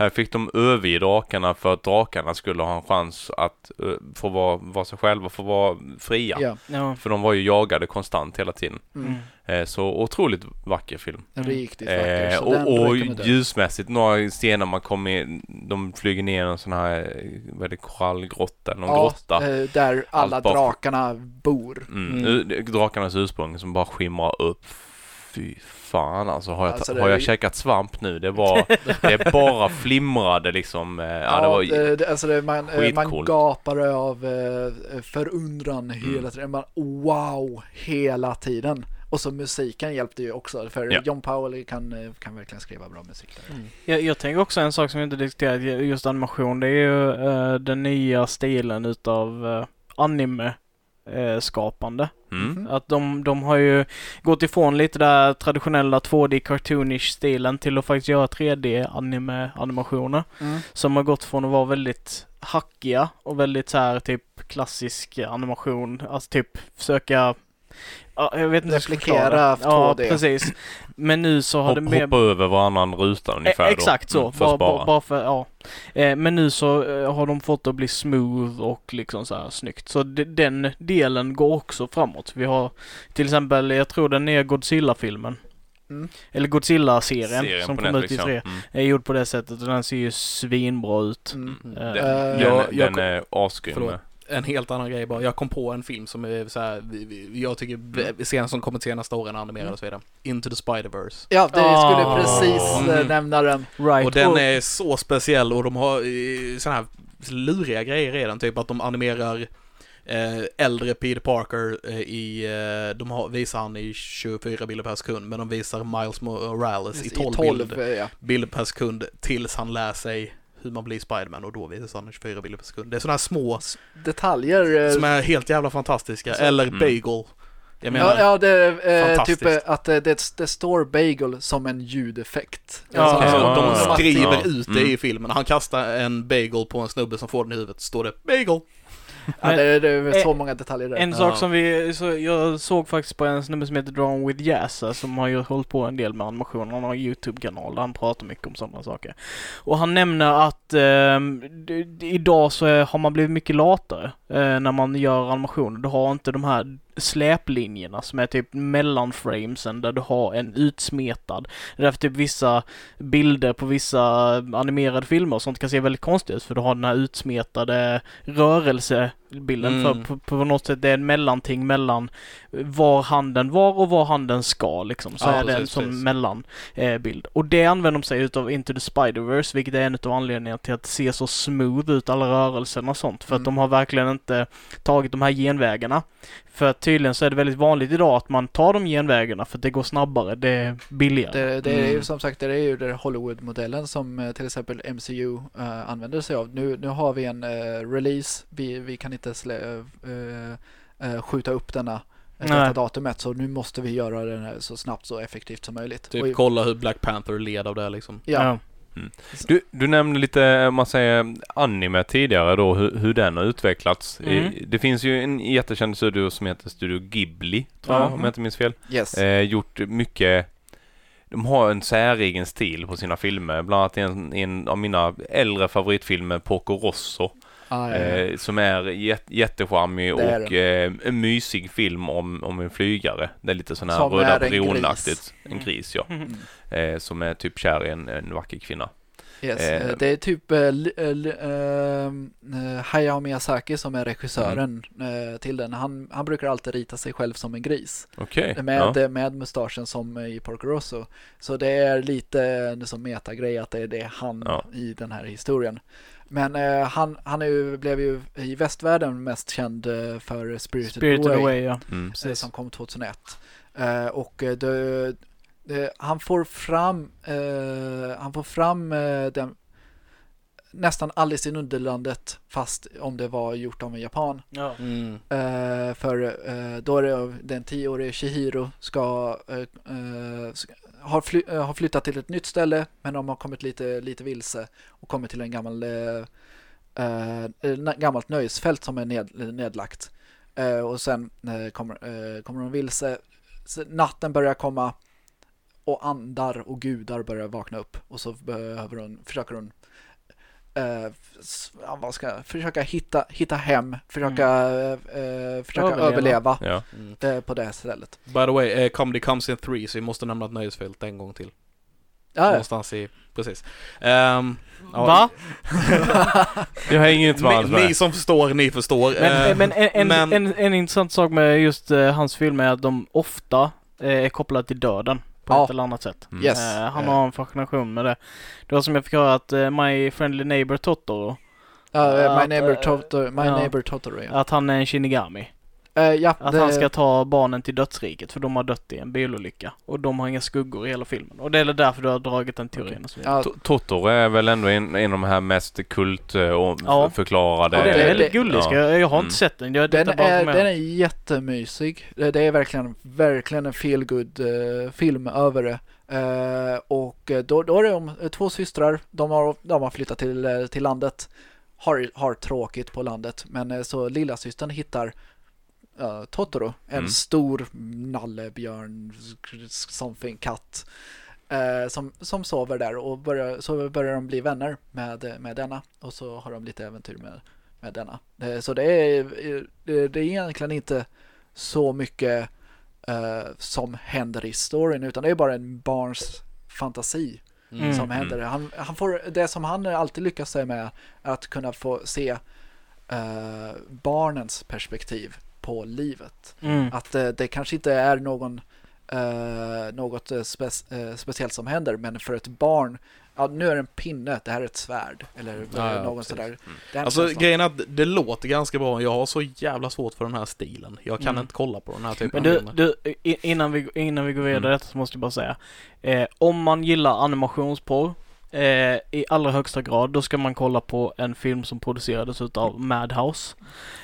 Här fick de överge drakarna för att drakarna skulle ha en chans att få vara sig själva, få vara fria. Ja. Ja. För de var ju jagade konstant hela tiden. Mm. Så otroligt vacker film. Riktigt vacker. Så den Och rekommenderar. ljusmässigt, några scener man kommer in, de flyger ner en sån här, vad är det, korallgrotta eller någon grotta. Där alla Allt bara- drakarna bor. Drakarnas ursprung som bara skimrar upp. Fy fan alltså, har Alltså, jag käkat svamp nu? Det bara flimrade liksom. Det var man skitcoolt. gapade av förundran hela tiden. Man, wow, hela tiden. Och så musiken hjälpte ju också. För John Powell kan verkligen skriva bra musik där. Jag tänker också en sak som vi inte diskuterat, just animation. Det är ju den nya stilen utav anime skapande. Att de har ju gått ifrån lite där traditionella 2D cartoonish stilen till att faktiskt göra 3D animationer som har gått från att vara väldigt hackiga och väldigt så här typ klassisk animation, alltså typ försöka jag vet inte replikera 2D. Ja, precis. Men nu så har det mer... Hoppa över varannan ruta ungefär. Exakt så. Bara för, ja. Men nu så har de fått att bli smooth och liksom så här snyggt. Så den delen går också framåt. Vi har till exempel, jag tror den nya Godzilla-filmen. Eller Godzilla-serien som kom ut i 3 är gjord på det sättet och den ser ju svinbra ut. Den är asgrym. En helt annan grej bara. Jag kom på en film som är så här, jag tycker scenen som kommer till nästa år är animerad och så vidare. Into the Spider-Verse. Ja, det skulle precis nämna den. Right. Och den är så speciell och de har såna här luriga grejer redan. Typ att de animerar äldre Peter Parker visar han i 24 bilder per sekund, men de visar Miles Morales i 12 bilder per sekund tills han lär sig hur man blir Spider-Man och då visar han 24 bilder per sekund. Det är sådana här små detaljer som är helt jävla fantastiska. Eller Bagel. Jag menar, typ att det står Bagel som en ljudeffekt. De skriver ut det i filmen. Han kastar en bagel på en snubbe som får den i huvudet, står det Bagel. Ja, det är så många detaljer där. En sak som jag såg faktiskt på en snubbe som heter Drawn with Jazza som har ju hållit på en del med animation. Han har en YouTube-kanal där han pratar mycket om sådana saker. Och han nämner att idag så har man blivit mycket latare när man gör animationer. Du har inte de här släplinjerna som är typ mellanframesen där du har en utsmetad. Därför typ vissa bilder på vissa animerade filmer och sånt kan se väldigt konstigt ut för du har den här utsmetade rörelsebilden för på något sätt det är en mellanting mellan var handen var och var handen ska liksom. Så är det en sån mellanbild. Och det använder de sig utav Into the Spider-Verse, vilket är en av anledningarna till att det ser så smooth ut alla rörelserna och sånt. För att de har verkligen inte tagit de här genvägarna. För tydligen så är det väldigt vanligt idag att man tar de genvägarna för att det går snabbare, det är billigare. Det är ju som sagt, det är ju den Hollywood-modellen som till exempel MCU använder sig av. Nu har vi en release, vi kan inte skjuta upp detta datumet, så nu måste vi göra den här så snabbt så effektivt som möjligt. Typ kolla hur Black Panther led av det liksom. Ja. Du nämnde lite, man säger anime tidigare då, hur den har utvecklats. Det finns ju en jättekänd studio som heter Studio Ghibli, tror jag, om jag inte minns fel. Yes. Gjort mycket, de har en säregen stil på sina filmer, bland annat en av mina äldre favoritfilmer, Porco Rosso. Som är jättecharmig och en mysig film om en flygare. Det är lite sån här som Röda Brionaktigt. En gris, ja. Som är typ kär i en vacker kvinna. Yes. Det är typ Hayao Miyazaki som är regissören till den. Han brukar alltid rita sig själv som en gris. Okay. Med mustaschen som i Porco Rosso. Så det är lite som metagrej att det är han i den här historien. Men han blev ju i västvärlden mest känd för Spirited Away som kom 2001. Och han får fram den nästan Alice in Underlandet fast om det var gjort av en japan. Ja. För då är det den 10-årige Chihiro har flyttat till ett nytt ställe, men de har kommit lite vilse och kommit till en gammalt nöjesfält som är nedlagt. Och sen kommer de vilse. Natten börjar komma och andar och gudar börjar vakna upp och så försöker hon försöka hitta hem, försöka överleva på det stället. By the way, comedy comes in 3, så vi måste nämna ett nöjesfält en gång till. Någonstans i... Precis. Va? Jag har inget varmt med. Ni som förstår, ni förstår. Men en intressant sak med just hans film är att de ofta är kopplade till döden på ett eller annat sätt. Yes. Han har en fascination med det. Det var som jag fick höra att My Friendly Neighbor Totoro. My Neighbor Totoro. Att han är en Shinigami. Han ska ta barnen till dödsriket för de har dött i en bilolycka och de har inga skuggor i hela filmen. Och det är därför du har dragit den teorin. Okay. Totoro är väl ändå en av de här mest förklarade. Ja, det är väldigt gullig. Jag har inte sett den. Den är jättemysig. Det är verkligen en feel good film över det. Och då är det två systrar. De har flyttat till landet. Har tråkigt på landet. Men så lilla systern hittar Totoro, en stor nallebjörn something katt som sover där och börjar de bli vänner med denna, och så har de lite äventyr med denna. Så det är egentligen inte så mycket som händer i storyn, utan det är bara en barns fantasi som händer. Han får det som han alltid lyckas sig med, att kunna få se barnens perspektiv på livet. Att det kanske inte är något speciellt som händer, men för ett barn, nu är det en pinne, det här är ett svärd eller något sådär. Alltså grejen är att det låter ganska bra. Jag har så jävla svårt för den här stilen. Jag kan inte kolla på den här typen av filmer. Innan vi går vidare så måste jag bara säga, om man gillar animationsporr i allra högsta grad, då ska man kolla på en film som producerades utav Madhouse.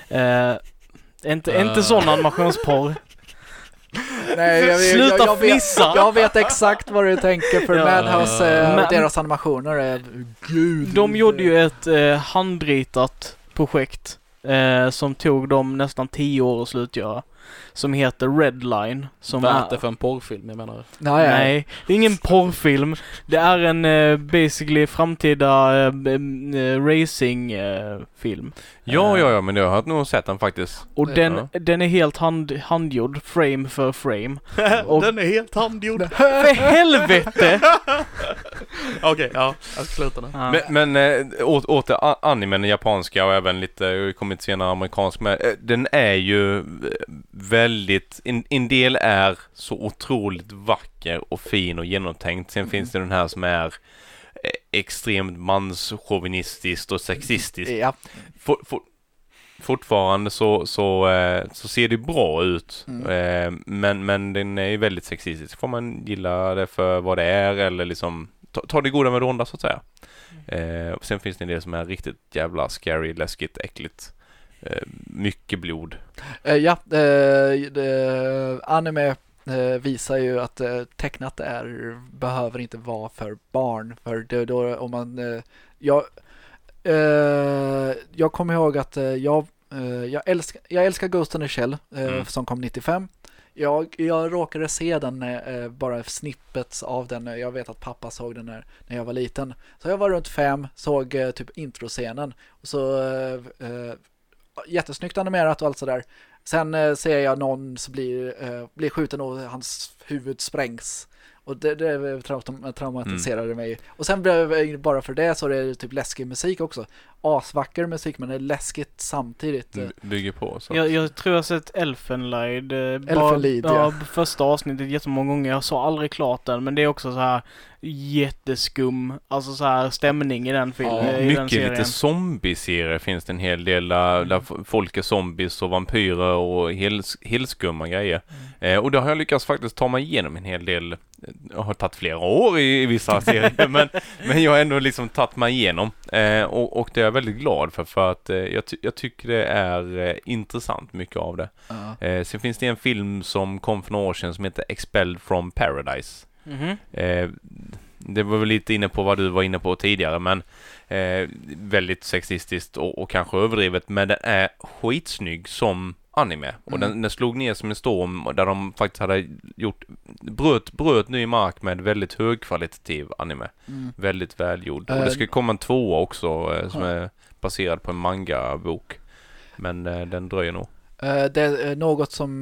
Inte sån animationsporr. Nej, Sluta fnissa! Jag vet exakt vad du tänker, för Madhouse deras animationer är gud. De gjorde ju ett handritat projekt som tog dem nästan 10 år att slutgöra, som heter Redline. Värt det för en porrfilm, jag menar. Nej, det är ingen porrfilm. Det är en basically framtida racingfilm. Ja, men jag har nog sett den faktiskt. Och den är helt handgjord, frame för frame. Och den är helt handgjord. För helvete! Okej, jag ska sluta nu. Men åter animen japanska och även lite kommit senare amerikansk med. Den är ju väldigt, en del är så otroligt vacker och fin och genomtänkt. Sen finns det den här som är extremt manschauvinistiskt och sexistiskt. Ja. Fortfarande så ser det bra ut. Men den är ju väldigt sexistisk. Får man gilla det för vad det är, eller liksom ta det goda med det onda, så att säga. Sen finns det en del som är riktigt jävla scary, läskigt, äckligt. Mycket blod. Anime visar ju att tecknat behöver inte vara för barn, för då om man jag kommer ihåg att jag älskar Ghost in the Shell som kom 95. Jag råkade se den, bara snippets av den. Jag vet att pappa såg den när jag var liten. Så jag var runt 5, såg typ introscenen. Och så jättesnyggt animerat och allt sådär. Sen ser jag någon som blir skjuten och hans huvud sprängs. Och det traumatiserade mig. Och sen bara för det så är det typ läskig musik också. Asvacker musik, men det är läskigt samtidigt. Bygger på så. Jag tror jag har sett Elfenlied. Första avsnittet jättemånga gånger. Jag såg aldrig klart den, men det är också så här jätteskum, alltså så här stämning i den filmen. Mycket lite zombie-serier finns det en hel del där folk är zombies och vampyrer och helt skumma grejer. Och då har jag lyckats faktiskt ta mig igenom en hel del. Jag har tagit flera år i vissa serier, men jag har ändå liksom tagit mig igenom. Och det är jag väldigt glad för att jag tycker det är intressant mycket av det. Sen finns det en film som kom för några år sedan som heter Expelled from Paradise. Det var väl lite inne på vad du var inne på tidigare, men väldigt sexistiskt och kanske överdrivet, men den är skitsnygg som anime. Och den slog ner som en storm där de faktiskt hade bröt ny mark med väldigt högkvalitativ anime. Väldigt välgjord. Och det ska komma en 2 också som är baserad på en manga-bok. Men den dröjer nog. Det är något som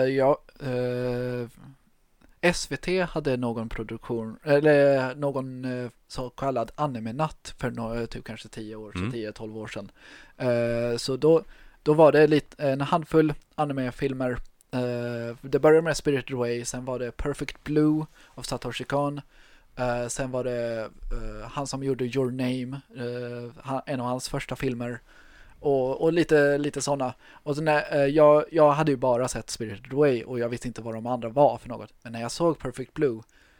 SVT hade någon produktion eller någon så kallad anime-natt för typ kanske 10-12 år sedan. Så då var det en handfull anime-filmer. Det började med Spirited Away, sen var det Perfect Blue av Satoshi Kon. Sen var det han som gjorde Your Name, en av hans första filmer. Och lite sådana. Och sen, jag hade ju bara sett Spirited Away och jag visste inte vad de andra var för något. Men när jag såg Perfect Blue,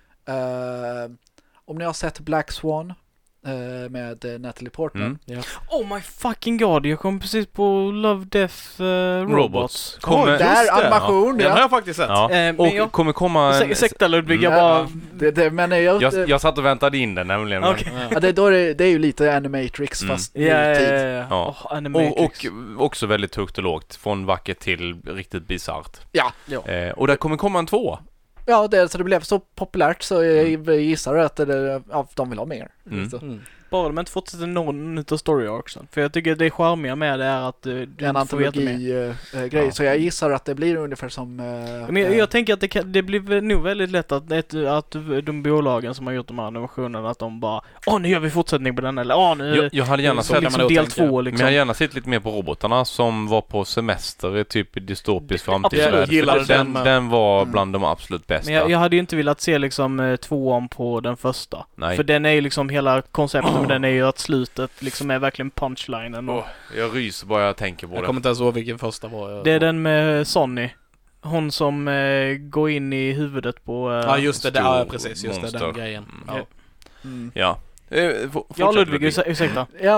om ni har sett Black Swan med Natalie Portman. Oh my fucking god, jag kom precis på Love, Death, Robots. Där animation. Den har jag faktiskt sett. Och kommer komma... Ursäkta Ludvig, jag satt och väntade in den nämligen. Okay. Det är ju lite Animatrix fast tid. Och också väldigt högt och lågt. Från vackert till riktigt bizarrt. Ja. Och där kommer komma en 2. Ja, så det blev så populärt så jag gissar att de vill ha mer. Bara de inte fortsätter någon utav story arcsen. För jag tycker det charmiga med det är att du får veta mer. Grej. Så jag gissar att det blir ungefär som... Men jag tänker att det blir nog väldigt lätt att de bolagen som har gjort de här animationerna, att de bara nu gör vi fortsättning på den, eller nu... Jag hade gärna sett liksom del 2 liksom. Men jag hade gärna sett lite mer på robotarna som var på semester i typ dystopisk framtidsvärld. Den var bland de absolut bästa. Men jag hade ju inte velat se liksom 2:an på den första. Nej. För den är ju liksom hela konceptet med den är ju att slutet liksom är verkligen punchlinen. Jag ryser bara jag tänker på det. Jag kommer inte ens ihåg vilken första var. Det är den med Sonny. Hon som går in i huvudet på... Ja, just det. Ja, precis. Just det, den grejen. Ja. Ja, Ludvig, ursäkta. Ja,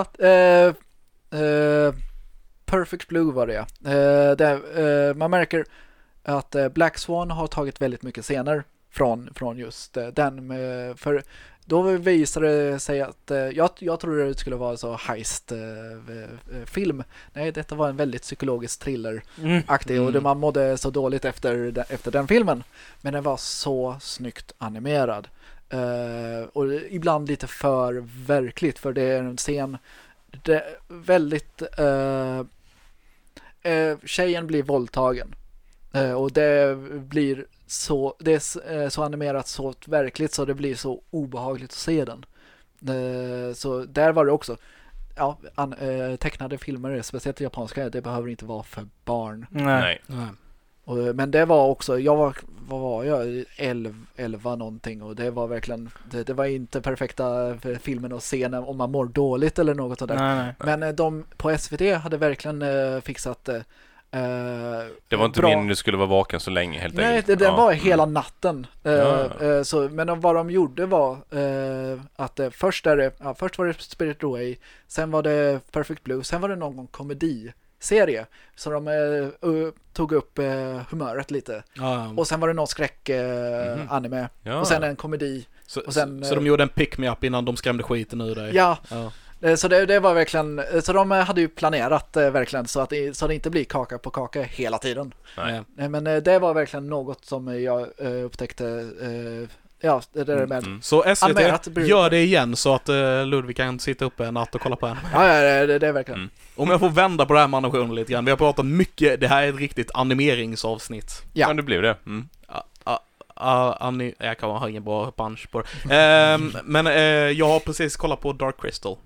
Perfect Blue var det. Man märker att Black Swan har tagit väldigt mycket scener från just den. För då visade det sig att jag trodde det skulle vara så heist-film. Nej, detta var en väldigt psykologisk thriller-aktig och man mådde så dåligt efter den filmen. Men den var så snyggt animerad. Och ibland lite för verkligt, för det är en scen väldigt tjejen blir våldtagen. Och det blir det är så animerat, så verkligt, så det blir så obehagligt att se den. Så där var det också tecknade filmer, speciellt japanska, det behöver inte vara för barn. Nej. Men det var också, vad var jag? 11 någonting, och det var verkligen, det var inte perfekta för filmen att se om man mår dåligt eller något sådär. Nej. Men de på SVT hade verkligen fixat det var inte meningen du skulle vara vaken så länge helt enkelt. Nej, den var hela natten. Men vad de gjorde var att först var det Spirited Away, sen var det Perfect Blue, sen var det någon komediserie. Så de tog upp humöret lite. Och sen var det någon skräck-anime. Och sen en komedi. Så så de gjorde en pick-me-up innan de skrämde skiten ur dig. Ja. Så det var verkligen, så de hade ju planerat verkligen så det inte blir kaka på kaka hela tiden. Nej. Men det var verkligen något som jag upptäckte. Det där med. Så SVT gör det igen så att Ludvig kan sitta uppe en natt och kolla på en. Ja, det är verkligen. Om jag får vända på det här med animationen lite grann. Vi har pratat mycket, det här är ett riktigt animeringsavsnitt. Ja, det blev det. Jag kan ha ingen bra punch på det. Men jag har precis kollat på Dark Crystal.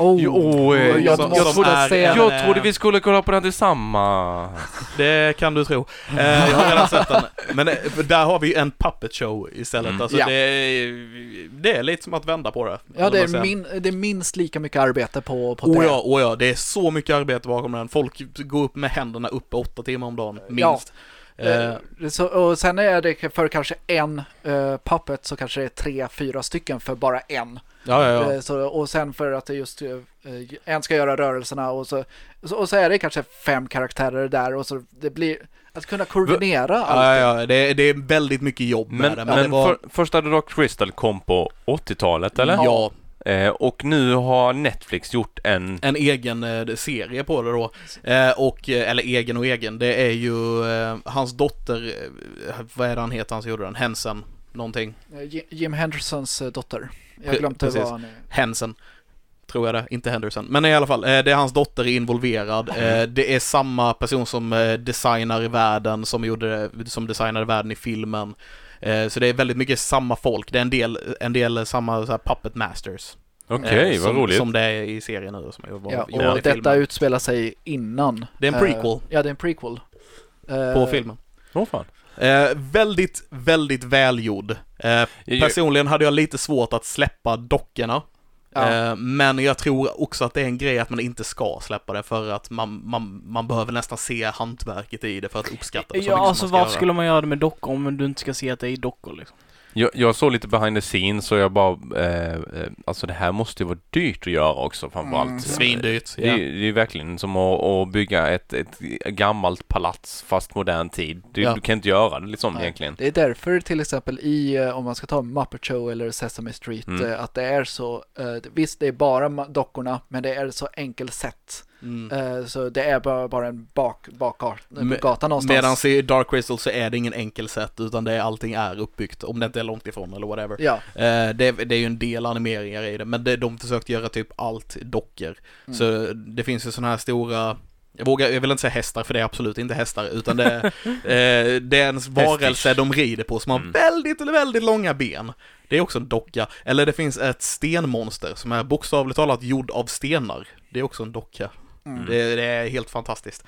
Jag trodde vi skulle kolla på den tillsammans. Det kan du tro. Jag har redan sett den. Men där har vi en puppet show istället. Alltså det är lite som att vända på det. Ja, det är minst lika mycket arbete på det. Ja, det är så mycket arbete bakom den. Folk går upp med händerna upp 8 timmar om dagen, minst. Och sen är det för kanske en puppet så kanske det är 3-4 stycken för bara en. Ja. Och sen för att det just en ska göra rörelserna och så är det kanske 5 karaktärer där och så det blir att kunna koordinera allt. Ja, det är väldigt mycket jobb med det. Men första Dark Crystal kom på 80-talet, eller? Ja. Och nu har Netflix gjort en egen serie på det då. Eller egen. Det är ju hans dotter, vad är det han heter, han som gjorde den? Henson, någonting. Jim Hendersons dotter. Jag glömde vad han är. Henson, tror jag det, inte Henderson. Men i alla fall, det är hans dotter involverad. Det är samma person som designar världen, som designade världen i filmen. Så det är väldigt mycket samma folk. Det är en del samma så här puppet masters. Okej, vad roligt. Som det är i serien nu. Och detta utspelar sig innan. Det är en prequel. Ja, det är en prequel. På filmen. Fan. Väldigt, väldigt välgjord. Personligen hade jag lite svårt att släppa dockorna. Ja. Men jag tror också att det är en grej att man inte ska släppa det, för att man behöver nästan se hantverket i det för att uppskatta det. Ja, alltså varför skulle man göra det med dockor om du inte ska se att det är dockor liksom? Jag såg lite behind the scenes, så jag bara alltså det här måste ju vara dyrt att göra också, framförallt. Svindyrt. Det är verkligen som att bygga ett gammalt palats fast modern tid. Du kan inte göra det liksom egentligen. Det är därför till exempel om man ska ta Muppet Show eller Sesame Street, att det är så, visst det är bara dockorna, men det är så enkelt sätt. Så det är bara en bakgata någonstans. Medan i Dark Crystal så är det ingen enkel sätt, utan allting är uppbyggt, om det inte är långt ifrån eller whatever. Ja. Det är ju en del animeringar i det, men de försökte göra typ allt dockor. Så det finns ju såna här stora, jag vill inte säga hästar, för det är absolut inte hästar, utan det är en varelse de rider på som har väldigt, väldigt långa ben. Det är också en docka. Eller det finns ett stenmonster som är bokstavligt talat gjord av stenar. Det är också en docka. Det är helt fantastiskt.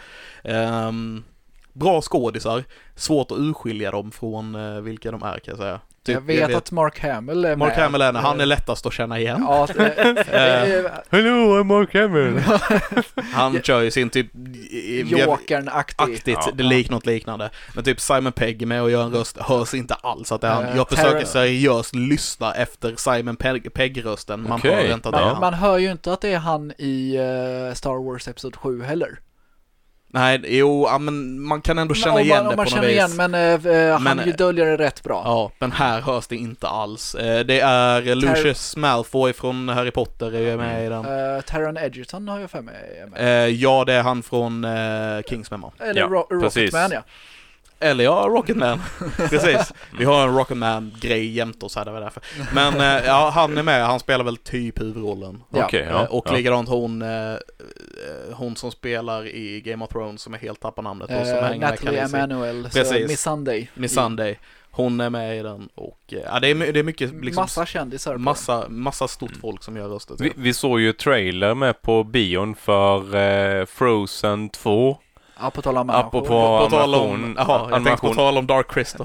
Bra skådisar. Svårt att urskilja dem från vilka de är, kan jag säga. Jag vet att Mark Hamill är med. Mark Hamill han är lättast att känna igen. Ja, hello, I'm Mark Hamill. Han kör ju sin typ Jokern-aktigt. Det liknar något liknande. Men typ Simon Pegg med och gör en röst hörs inte alls att det är han. Jag försöker seriöst lyssna efter Simon Pegg-rösten. Man hör inte att det är han. Man hör ju inte att det är han i Star Wars Episode 7 heller. Nej, men man kan ändå känna igen det på något vis. Han döljer det rätt bra. Ja, men här hörs det inte alls. Det är Lucius Malfoy från Harry Potter är med i den. Taron Egerton har jag för mig. Ja, det är han från Kingsman. Eller Rocketman, ja. Eller Rocketman. Precis. Vi har en Rocketman-grej jämt oss här, det var därför. Men han är med. Han spelar väl typ huvudrollen. Och likadant hon som spelar i Game of Thrones, som är helt tappar namnet på, som hänger Natalie Emanuel, Miss Sunday. Hon är med i den. Och det är mycket liksom, massa kändisar, massa stort folk som gör röster. Vi såg ju trailer med på bion för Frozen 2. Ja, på tal om Dark Crystal.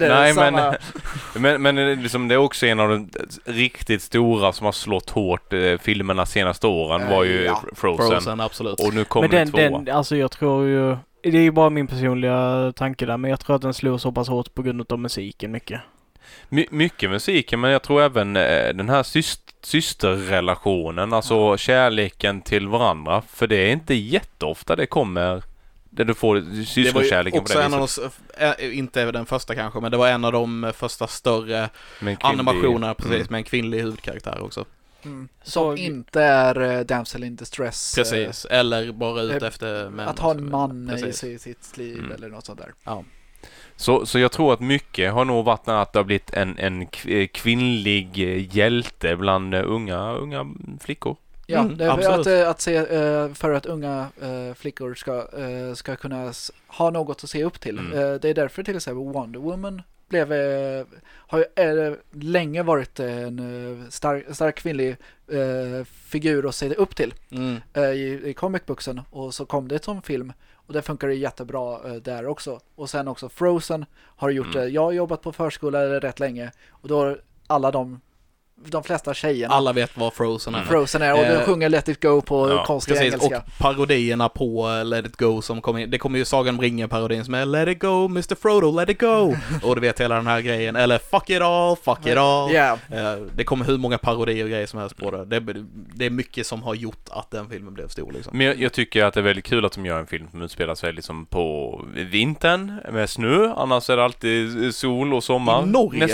Men liksom, det är också en av de riktigt stora som har slått hårt filmerna senaste åren var ju Frozen, absolut. Och nu kommer det två. Alltså jag tror ju, det är ju bara min personliga tanke där, men jag tror att den slår så pass hårt på grund av musiken mycket. Mycket musiken, men jag tror även den här systerrelationen, alltså kärleken till varandra, för det är inte jätteofta det kommer där du får syskonkärleken på det viset. Inte den första kanske, men det var en av de första större animationerna precis, med en kvinnlig huvudkaraktär också. Som inte är damsel in distress. Precis, eller bara ut efter män. Att ha en man i sitt liv eller något sånt där. Ja. Så jag tror att mycket har nog varit att det har blivit en kvinnlig hjälte bland unga flickor. Ja, det är att se för att unga flickor ska kunna ha något att se upp till. Det är därför till exempel Wonder Woman har länge varit en stark kvinnlig figur att se upp till i comic booksen, och så kom det som film. Och det funkar jättebra där också. Och sen också Frozen har gjort det. Jag har jobbat på förskola rätt länge. Och då har alla de flesta tjejerna. Alla vet vad Frozen är. Frozen är, och de sjunger Let It Go på konstig engelska. Och parodierna på Let It Go som kommer in. Det kommer ju Sagan om ringen-parodin som är Let It Go, Mr. Frodo, Let It Go. Och du vet hela den här grejen. Eller Fuck It All. Yeah. Det kommer hur många parodier och grejer som helst på det. Det är mycket som har gjort att den filmen blev stor liksom. Men jag tycker att det är väldigt kul att de gör en film som utspelar sig liksom på vintern med snö. Annars är det alltid sol och sommar. I Norge, nästan. va?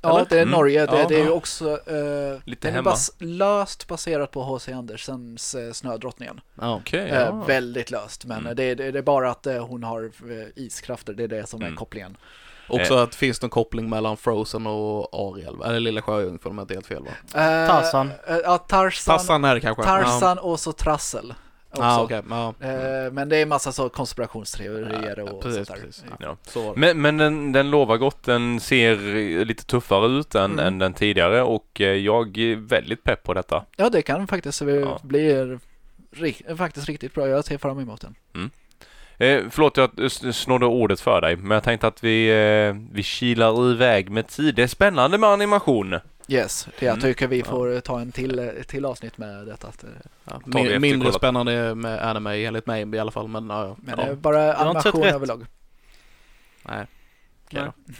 Ja, eller? det är Norge. Det är ju Ja. också Lite den är hemma. löst baserat på H.C. Andersens Snödrottningen. Ja. Okej. Väldigt löst, men det är bara att hon har iskrafter. Det är det som är kopplingen. Också att finns det en koppling mellan Frozen och Ariel, eller Lilla Sjöjungfrun om jag inte helt fel va? Tarzan. Ja, Tarzan är det kanske. Tarzan och så Trassel. Ja, okej. Ja. Men det är massa så konspirationsteorier och precis, sånt där. precis. Ja. Så var det. Men den lovar gott. Den ser lite tuffare ut än den tidigare och jag är väldigt pepp på detta. Ja, det kan faktiskt bli faktiskt riktigt bra. Jag ser fram emot den. Förlåt, jag snodde ordet för dig, men jag tänkte att vi kilar iväg med tid. Det är spännande med animation. Yes, jag tycker vi får ta en till avsnitt med detta. Ja, vi efter mindre kollat. spännande med anime enligt mig i alla fall, men ja. Men det är bara har inte sett animation rätt. överlag. Nej. Nej.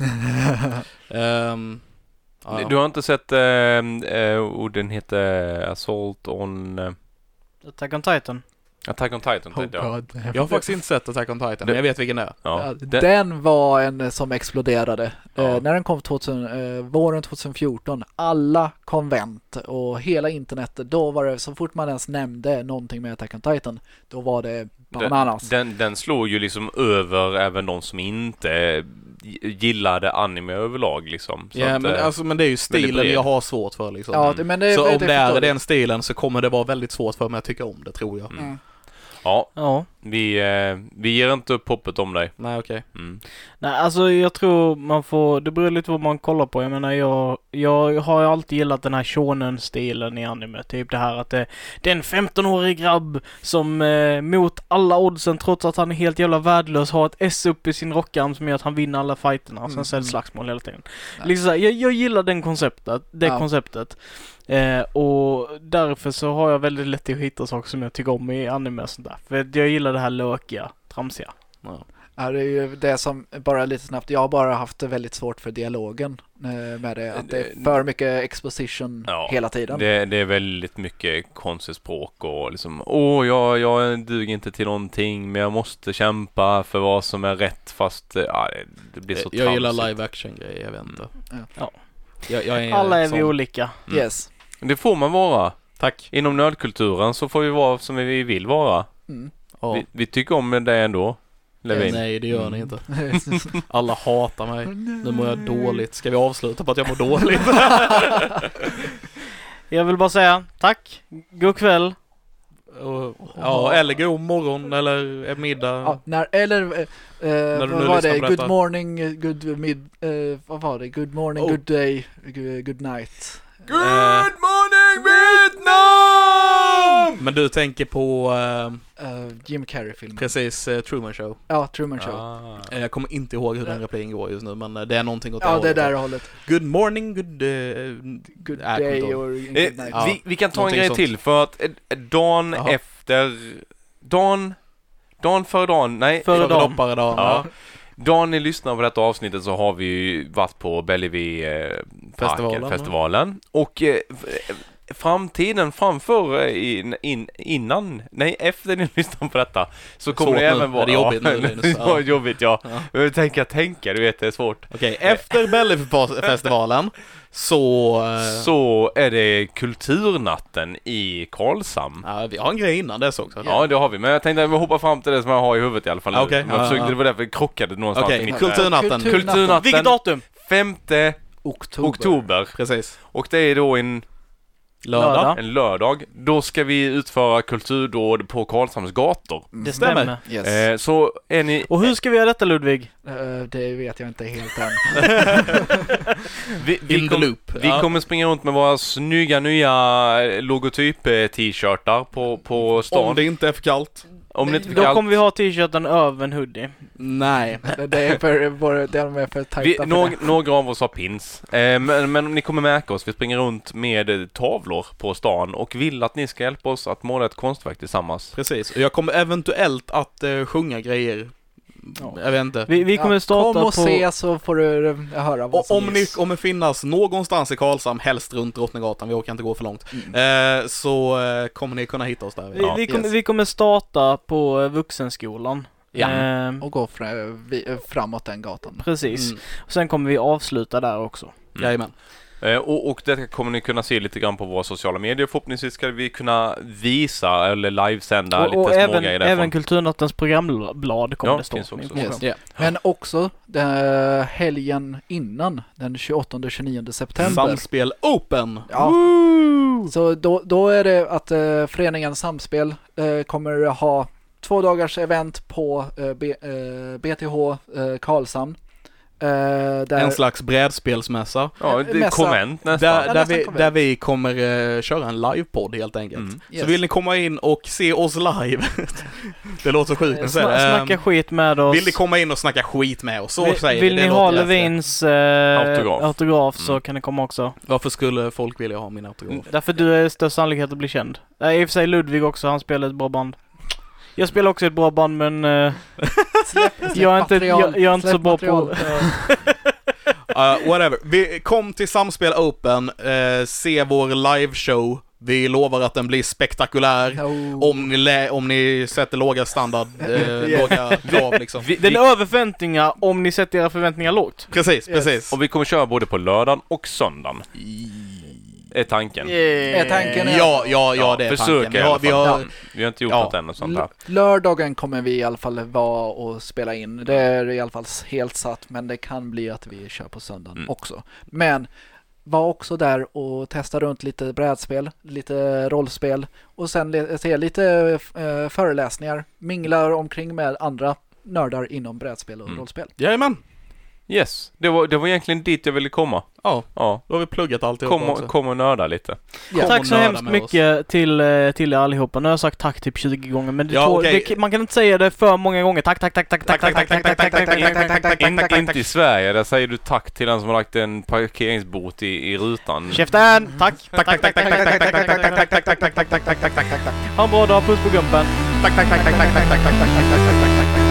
Ja. Du har inte sett den heter Assault on Attack on Titan. Attack on Titan tänkte jag. Jag har faktiskt inte sett Attack on Titan, men jag vet vilken det är. Ja. Den var en som exploderade. Ja. När den kom våren 2014, alla konvent och hela internet, då var det så fort man ens nämnde någonting med Attack on Titan, då var det bananas. Den slår ju liksom över även de som inte gillade anime överlag liksom. Så Ja, att, men det är ju stilen bred. jag har svårt för liksom. Ja, men det, Så om det är förstår den stilen så kommer det vara väldigt svårt för mig att tycka om det, tror jag. Ja, Ja. vi ger inte upp hoppet om dig. Nej, okej. Nej, alltså jag tror man får, det beror lite vad man kollar på. Jag menar, jag har ju alltid gillat den här shonen-stilen i anime. Typ det här att det är en 15-årig grabb som mot alla oddsen, trots att han är helt jävla värdelös, har ett S upp i sin rockarm som gör att han vinner alla fighterna. Sen så är det slagsmål hela tiden. Liksom så här, jag gillar den konceptet. Och därför så har jag väldigt lätt att hitta saker som jag tycker om i anime och sånt där. För jag gillar det här lökiga, tramsiga. Ja, det är ju det som, bara lite snabbt, jag har bara haft det väldigt svårt för dialogen med det. Att det är för mycket exposition hela tiden. Det är väldigt mycket konstigt språk och liksom, jag duger inte till någonting, men jag måste kämpa för vad som är rätt, fast det blir så tramsigt. Jag gillar live action-grejer, jag vet inte. Ja. Jag Alla är sån. vi olika. Yes. Det får man vara. Tack. Inom nördkulturen så får vi vara som vi vill vara. Ja. Vi tycker om det ändå, Levin. Nej, det gör ni inte. Alla hatar mig. Nu mår jag dåligt. Ska vi avsluta på att jag mår dåligt? Jag vill bara säga tack, god kväll. Ja, eller god morgon eller middag. Ja, vad du var lyssnar det? på Good detta. morning, vad var det? Good morning, good day, good night. Good morning Vietnam! Men du tänker på Jim Carrey-filmen. precis Truman Show. Ja, Truman Show. Jag kommer inte ihåg hur den repliken går just nu, men det är någonting åt Ja, det är hållet. där hållet. Good morning, good Good jag kommer day inte ihåg. or good night. Ja, vi kan ta en någonting grej sånt. till, för att dagen Jaha. efter dagen före dagen, nej, Före dagen. Dopparedagen, ja. Dagen ni lyssnar på detta avsnittet så har vi ju varit på Bellevue festivalen. Och framtiden framför efter ni lyssnar på detta så kommer Svårt det nu. även vara Är det jobbigt nu, Linus? det var jobbigt, ja. Ja. Jag tänka, du vet, det är svårt. Okej, efter Bellevue-festivalen så är det kulturnatten i Karlshamn. ja, vi har en grej innan dess också. Ja, det har vi. Men jag tänkte att vi hoppar fram till det som jag har i huvudet i alla fall. nu. Okej. Jag försökte, Ja. det var därför jag krockade någonstans i Okej, mitt kulturnatten. Kulturnatten. Vilket datum? 5 oktober. Precis. Och det är då en lördag. Då ska vi utföra kulturdåd på Karlshamns gator. Det stämmer. Yes. Så är ni... Och hur ska vi göra detta, Ludvig? Det vet jag inte helt än. In the loop. Vi kommer springa runt med våra snygga nya logotyp-t-shirtar på stan. Om det inte är för kallt. Om det inte Då kommer vi ha t-shirten över en hoodie. Nej. Det är för tajta. Några av oss har pins. Men ni kommer märka oss. Vi springer runt med tavlor på stan och vill att ni ska hjälpa oss att måla ett konstverk tillsammans. Precis. Och jag kommer eventuellt att sjunga grejer. Jag vet inte. Vi kommer starta kom och på... se så får du höra vad Och som om ni kommer finnas någonstans i Karlshamn, helst runt Drottninggatan, vi orkar inte gå för långt, så kommer ni kunna hitta oss där. Vi kommer starta på Vuxenskolan. Ja. och gå framåt den gatan. Precis. Och sen kommer vi avsluta där också. Jajamän. Och det kommer ni kunna se lite grann på våra sociala medier. Förhoppningsvis ska vi kunna visa eller livesända lite små grejer därifrån. Även Kulturnattens programblad kommer det stå. Finns också. Yes. Yeah. Men också helgen innan, den 28-29 september. Samspel Open! Ja. Så då är det att föreningen Samspel kommer ha 2 dagars event på BTH Karlshamn. En slags brädspelsmässa. Ja, det är konvent nästan. Där vi kommer köra en livepodd helt enkelt. Yes. Så vill ni komma in och se oss live? Det låter så sjukt. Snacka skit med oss. Vill ni komma in och snacka skit med oss? Så säger vill det. Ni ha Levins autograf så kan ni komma också. Varför skulle folk vilja ha min autograf? Därför du är störst sannolikhet att bli känd. I och för sig Ludvig också, han spelar ett bra band. Jag spelar också ett bra band, men jag är inte så bra på... Whatever. Vi kom till Samspel Open, se vår liveshow. Vi lovar att den blir spektakulär. Om ni sätter låga standard, låga krav liksom. Den är över förväntningar om ni sätter era förväntningar lågt. Precis. Och vi kommer köra både på lördagen och söndagen. Är tanken. Är tanken? Ja, det är försöka tanken. Vi har inte gjort något än och sånt här. Lördagen kommer vi i alla fall vara och spela in. Det är i alla fall helt satt, men det kan bli att vi kör på söndagen också. Men var också där och testa runt lite brädspel, lite rollspel och sen se lite föreläsningar, minglar omkring med andra nördar inom brädspel och rollspel. Jajamän. Yes, det var egentligen dit jag ville komma. Ja. Då har vi pluggat alltihop. Kom och nörda lite. Ja. Tack så hemskt mycket till er allihopa. Nu har jag sagt tack typ 20 gånger, men man kan inte säga det för många gånger. Tack. Inte i Sverige, där säger du tack till den som har lagt en parkeringsbot i rutan. Käften! Tack. Ha en bra dag, puss på gumpen. Tack.